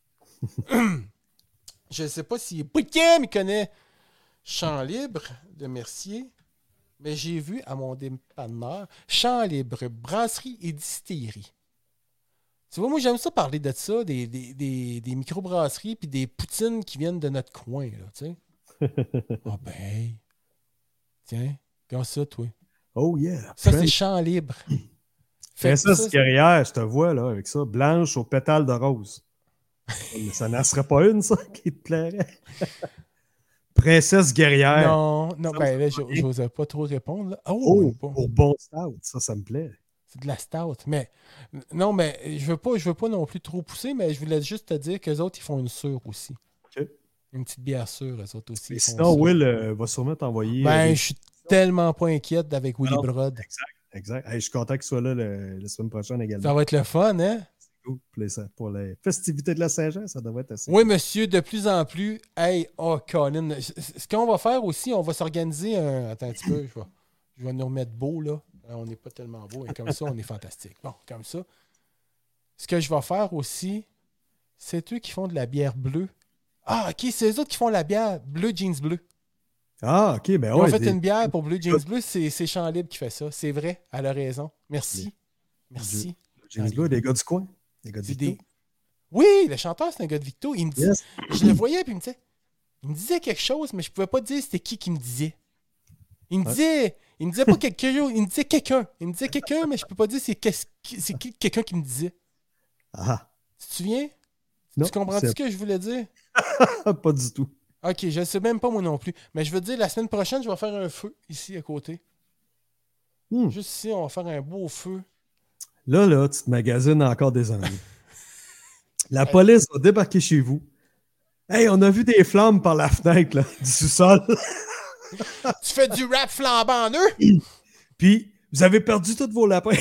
Je ne sais pas si Bouquet me connaît Champ Libre de Mercier, mais j'ai vu à mon dépanneur Champ Libre, brasserie et distillerie. Tu vois, moi, j'aime ça parler de ça, des, des, des, des microbrasseries puis des poutines qui viennent de notre coin, là, tu sais. Ah ben, tiens, regarde ça, toi. Oh yeah. Ça, c'est Champ Libre. Princesse guerrière, je te vois, là, avec ça, blanche aux pétales de rose. Mais ça n'en serait pas une, ça, qui te plairait? Princesse guerrière. Non, non, ça ben là, j'osais pas trop répondre. Là. Oh, oh bon. Pour bon stout, ça, ça me plaît. C'est de la stout. Mais non, mais je veux pas, je veux pas non plus trop pousser, mais je voulais juste te dire qu'eux autres, ils font une sûre aussi. OK. Une petite bière sûre, eux autres aussi. Et sinon, Will euh, va sûrement t'envoyer. Ben, des... je suis tellement pas inquiète avec Willy Brod. Exact, exact. Hey, je suis content qu'il soit là le, la semaine prochaine également. Ça va être le fun, hein? Cool. Pour les festivités de la Saint-Jean, ça devrait être assez. Oui, monsieur, de plus en plus. Hey, oh, Colin. Ce qu'on va faire aussi, on va s'organiser un. Attends un petit peu, je vais, je vais nous remettre beau, là. On n'est pas tellement beau. Et comme ça, on est fantastique. Bon, comme ça. Ce que je vais faire aussi, c'est eux qui font de la bière bleue. Ah, OK, c'est eux autres qui font la bière bleu jeans bleu. Ah, OK, ben Ils ouais. ont fait des... une bière pour bleu jeans bleu, c'est, c'est Champ Libre qui fait ça. C'est vrai, elle a raison. Merci. Les... Merci. Jeans bleu, des gars du coin. Des gars de Victo. Des... Oui, le chanteur, c'est un gars de Victo. Il me dit... yes. Je le voyais, puis il me disait... Il me disait quelque chose, mais je pouvais pas dire c'était qui qui me disait. Il me ouais. disait... Il me disait pas quelqu'un, il me disait quelqu'un. Il me disait quelqu'un, mais je peux pas dire c'est, c'est qui quelqu'un qui me disait. Ah. Tu te souviens? Non, tu comprends ce que je voulais dire? Pas du tout. OK, je ne sais même pas moi non plus. Mais je veux dire, la semaine prochaine, je vais faire un feu ici à côté. Hmm. Juste ici, on va faire un beau feu. Là, là, tu te magasines encore des ennuis. La police va débarquer chez vous. Hey, on a vu des flammes par la fenêtre là, du sous-sol. Tu fais du rap flambant en eux? Puis, vous avez perdu tous vos lapins.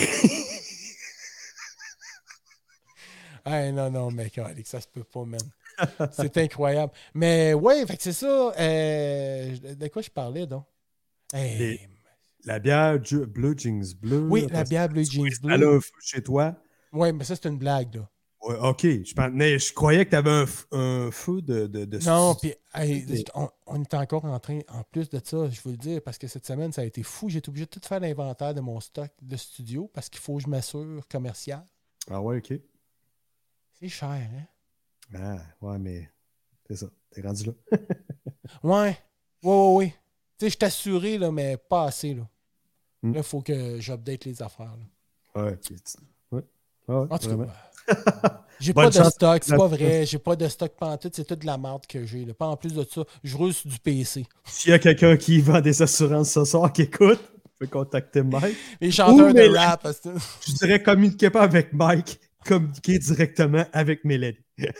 Hey, non, non, mec, Alex, ça se peut pas, man. C'est incroyable. Mais ouais, fait que c'est ça. Euh, de quoi je parlais, donc? Hey. Les, la bière bleu jeans bleu. Oui, la bière bleu jeans bleu. Elle a un feu chez toi. Oui, mais ça, c'est une blague, là. Ouais, OK. Je, mais je croyais que tu avais un, un feu de, de, de... Non, puis hey, on, on est encore en train, en plus de ça, je veux le dire, parce que cette semaine, ça a été fou. J'ai été obligé de tout faire l'inventaire de mon stock de studio parce qu'il faut que je m'assure commercial. Ah ouais, OK. C'est cher, hein? Ah, ouais, mais c'est ça. T'es rendu là. ouais. Ouais, ouais, ouais. Tu sais, je t'assurais, là, mais pas assez, là. Hmm. Là, il faut que j'update les affaires, là. Ouais, OK. Ouais. Ah ouais, en tout vraiment. cas, j'ai pas de stock, c'est pas vrai. J'ai pas de stock pantoute, c'est toute de la merde que j'ai. Là. Pas en plus de ça, je roule sur du P C. S'il y a quelqu'un qui vend des assurances ce soir qui écoute, peut contacter Mike. Les chanteurs Ouh, de rap. Je dirais communiquez pas avec Mike, communiquez directement avec Mélanie.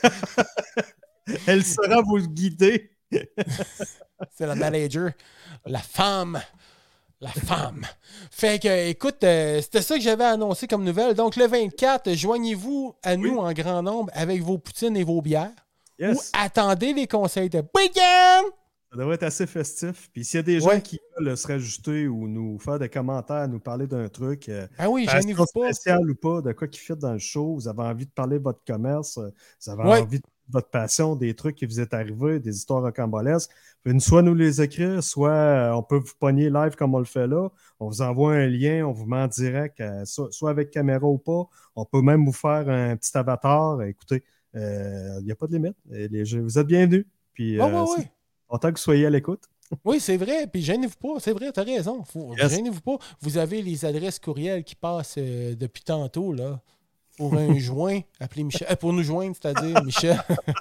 Elle saura vous guider. C'est la manager, la femme. La femme. Fait que, écoute, euh, c'était ça que j'avais annoncé comme nouvelle. Donc, le vingt-quatre, joignez-vous à nous oui. en grand nombre avec vos poutines et vos bières. Yes. Ou attendez les conseils de week-end. Ça devrait être assez festif. Puis s'il y a des gens ouais. qui veulent se rajouter ou nous faire des commentaires, nous parler d'un truc, euh, ah oui, gênez-vous pas. spécial ou pas, de quoi qui fit dans le show, vous avez envie de parler de votre commerce, vous avez ouais. envie de votre passion, des trucs qui vous est arrivé, des histoires rocambolesques, soit nous les écrire, soit on peut vous pogner live comme on le fait là. On vous envoie un lien, on vous met en direct, euh, soit, soit avec caméra ou pas. On peut même vous faire un petit avatar. Écoutez, il euh, n'y a pas de limite. Les jeux, vous êtes bienvenus. Puis, oh, euh, oui, oui. Content que vous soyez à l'écoute. Oui, c'est vrai. Puis gênez-vous pas. C'est vrai, tu as raison. Faut, yes. Gênez-vous pas. Vous avez les adresses courriels qui passent euh, depuis tantôt, là. pour un joint, appelez Michel. Euh, pour nous joindre, c'est-à-dire Michel.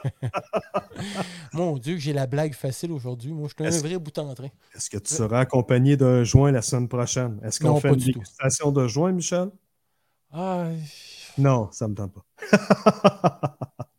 Mon Dieu, j'ai la blague facile aujourd'hui. Moi, je suis un vrai bout en train. Est-ce que tu seras accompagné d'un joint la semaine prochaine? Est-ce qu'on Non, fait pas une du tout. dégustation de joint, Michel? Ah, Non, ça me tente pas.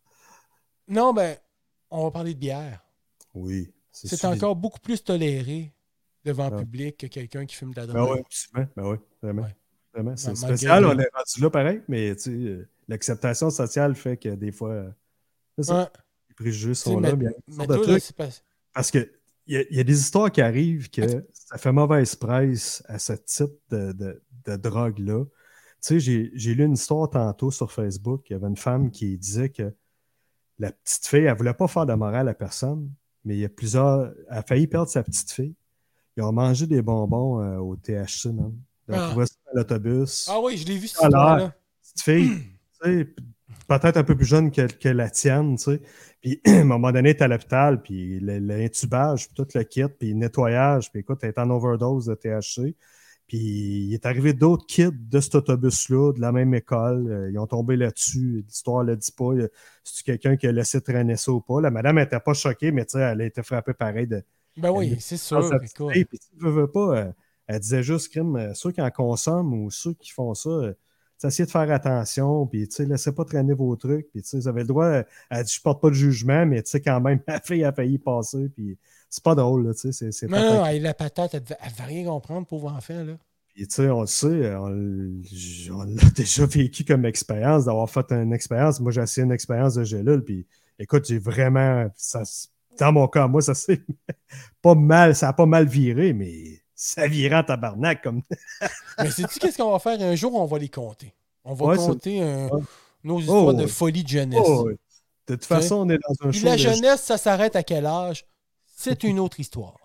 non, ben, on va parler de bière. Oui. C'est suffisant. encore beaucoup plus toléré devant le Ouais. public que quelqu'un qui fume de la Ben drogue. oui, absolument. Ben oui, vraiment. Ouais. Vraiment. C'est Ben, spécial, malgré- on est rendu là pareil, mais tu sais, euh, l'acceptation sociale fait que des fois, euh, c'est ça, Ouais. les préjugés Tu sais, sont mais, là. Mais il y a toutes mais sortes de toi, là, trucs. c'est pas... Parce que il y, a- il y a des histoires qui arrivent que ça fait mauvaise presse à ce type de, de, de drogue-là. Tu sais, j'ai, j'ai lu une histoire tantôt sur Facebook. Il y avait une femme qui disait que la petite fille, elle ne voulait pas faire de morale à personne, mais il y a plusieurs. Elle a failli perdre sa petite fille. Ils ont mangé des bonbons euh, au T H C, même. Ils ont Ah. trouvé ça à l'autobus. Ah oui, je l'ai vu, cette Alors, histoire-là. Petite fille, tu sais, p- peut-être un peu plus jeune que, que la tienne, tu sais. Puis, à un moment donné, tu es à l'hôpital, puis le- l'intubage, puis tout le kit, puis le nettoyage, puis écoute, tu es en overdose de T H C. Puis, il est arrivé d'autres kids de cet autobus-là, de la même école. Euh, ils ont tombé là-dessus. L'histoire ne le dit pas. Euh, C'est-tu quelqu'un qui a laissé traîner ça ou pas? La madame n'était pas choquée, mais tu sais, elle a été frappée pareil de. Ben oui, elle- c'est dans sûr. sa petite Écoute. fille. Puis, tu veux, veux pas, euh, elle disait juste, crime, euh, ceux qui en consomment ou ceux qui font ça, euh, essayez de faire attention, puis tu sais, laissez pas traîner vos trucs, puis tu sais, vous avez le droit, euh, elle dit, je porte pas de jugement, mais tu sais, quand même, ma fille a failli passer, puis c'est pas drôle, là, tu sais, c'est, c'est Non, patate. non, elle, la patate, elle devait, elle devait rien comprendre, pauvre enfant, là. Puis tu sais, on le sait, on, l- on l'a déjà vécu comme expérience, d'avoir fait une expérience. Moi, j'ai essayé une expérience de gélule, puis écoute, j'ai vraiment, ça, s- dans mon cas, moi, ça s'est pas mal, ça a pas mal viré, mais ça virait en tabarnak, comme. Mais sais-tu qu'est-ce qu'on va faire? Un jour, on va les compter. On va Ouais, ça- compter un- ouais. nos histoires Oh, de ouais. folie de jeunesse. Oh, ouais. De toute façon, on est dans un Puis show la de jeunesse, ça s'arrête à quel âge? C'est une autre histoire.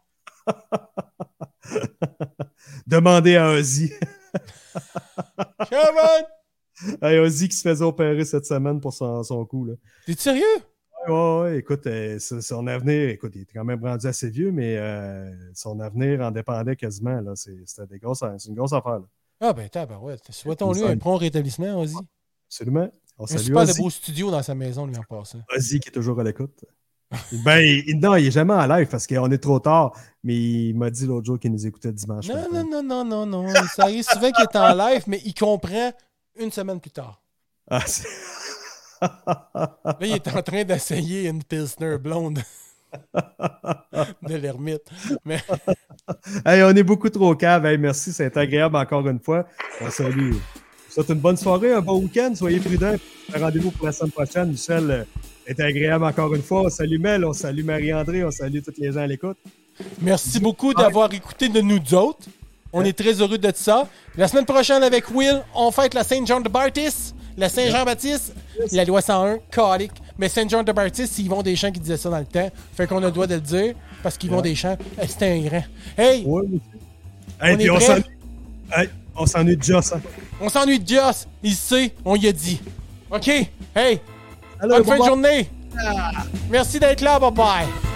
Demandez à Ozzy. Come on! Hey, Ozzy qui se faisait opérer cette semaine pour son, son coup. Là. T'es sérieux? Ouais, ouais, ouais, écoute, euh, son son avenir, écoute, il était quand même rendu assez vieux, mais euh, son avenir en dépendait quasiment. Là. C'est, c'était des grosses, c'est une grosse affaire. Là. Ah ben tabarouette. Souhaitons-lui Il me un semble. prompt rétablissement, Ozzy. Absolument. On Un salue super de Ozzy. beau studio dans sa maison, lui, en passant. Ozzy qui est toujours à l'écoute. Ben, il, non, il est jamais en live parce qu'on est trop tard, mais il m'a dit l'autre jour qu'il nous écoutait dimanche. Non, matin. non, non, non, non, non. Ça arrive souvent qu'il est en live, mais il comprend une semaine plus tard. Ah, c'est... Là, il est en train d'essayer une Pilsner blonde de l'ermite. Mais Hey, on est beaucoup trop cave. Hey, merci, c'est agréable encore une fois. On salue. Je vous souhaite une bonne soirée, un bon week-end. Soyez prudents. Rendez-vous pour la semaine prochaine. Michel euh, est agréable encore une fois. On salue Mel, on salue Marie-André, on salue tous les gens à l'écoute. merci beaucoup d'avoir écouté de nous autres. On est très heureux de ça. La semaine prochaine, avec Will, on fête la Saint-Jean de Baptiste. La Saint-Jean-Baptiste, la loi cent un, calique. Mais Saint-Jean de Baptiste, c'est Yvon Deschamps qui disait ça dans le temps. Fait qu'on a le droit de le dire, parce qu'Yvon Deschamps, eh, c'était un grand. Hey, Ouais, monsieur. Hey, On puis est on prêt? s'ennuie. Hey, on s'ennuie de Joss. Hein. on s'ennuie de Joss. Il sait, on y a dit. OK? Hey, Alors, bonne fin de bye-bye. journée. Merci d'être là, bye-bye.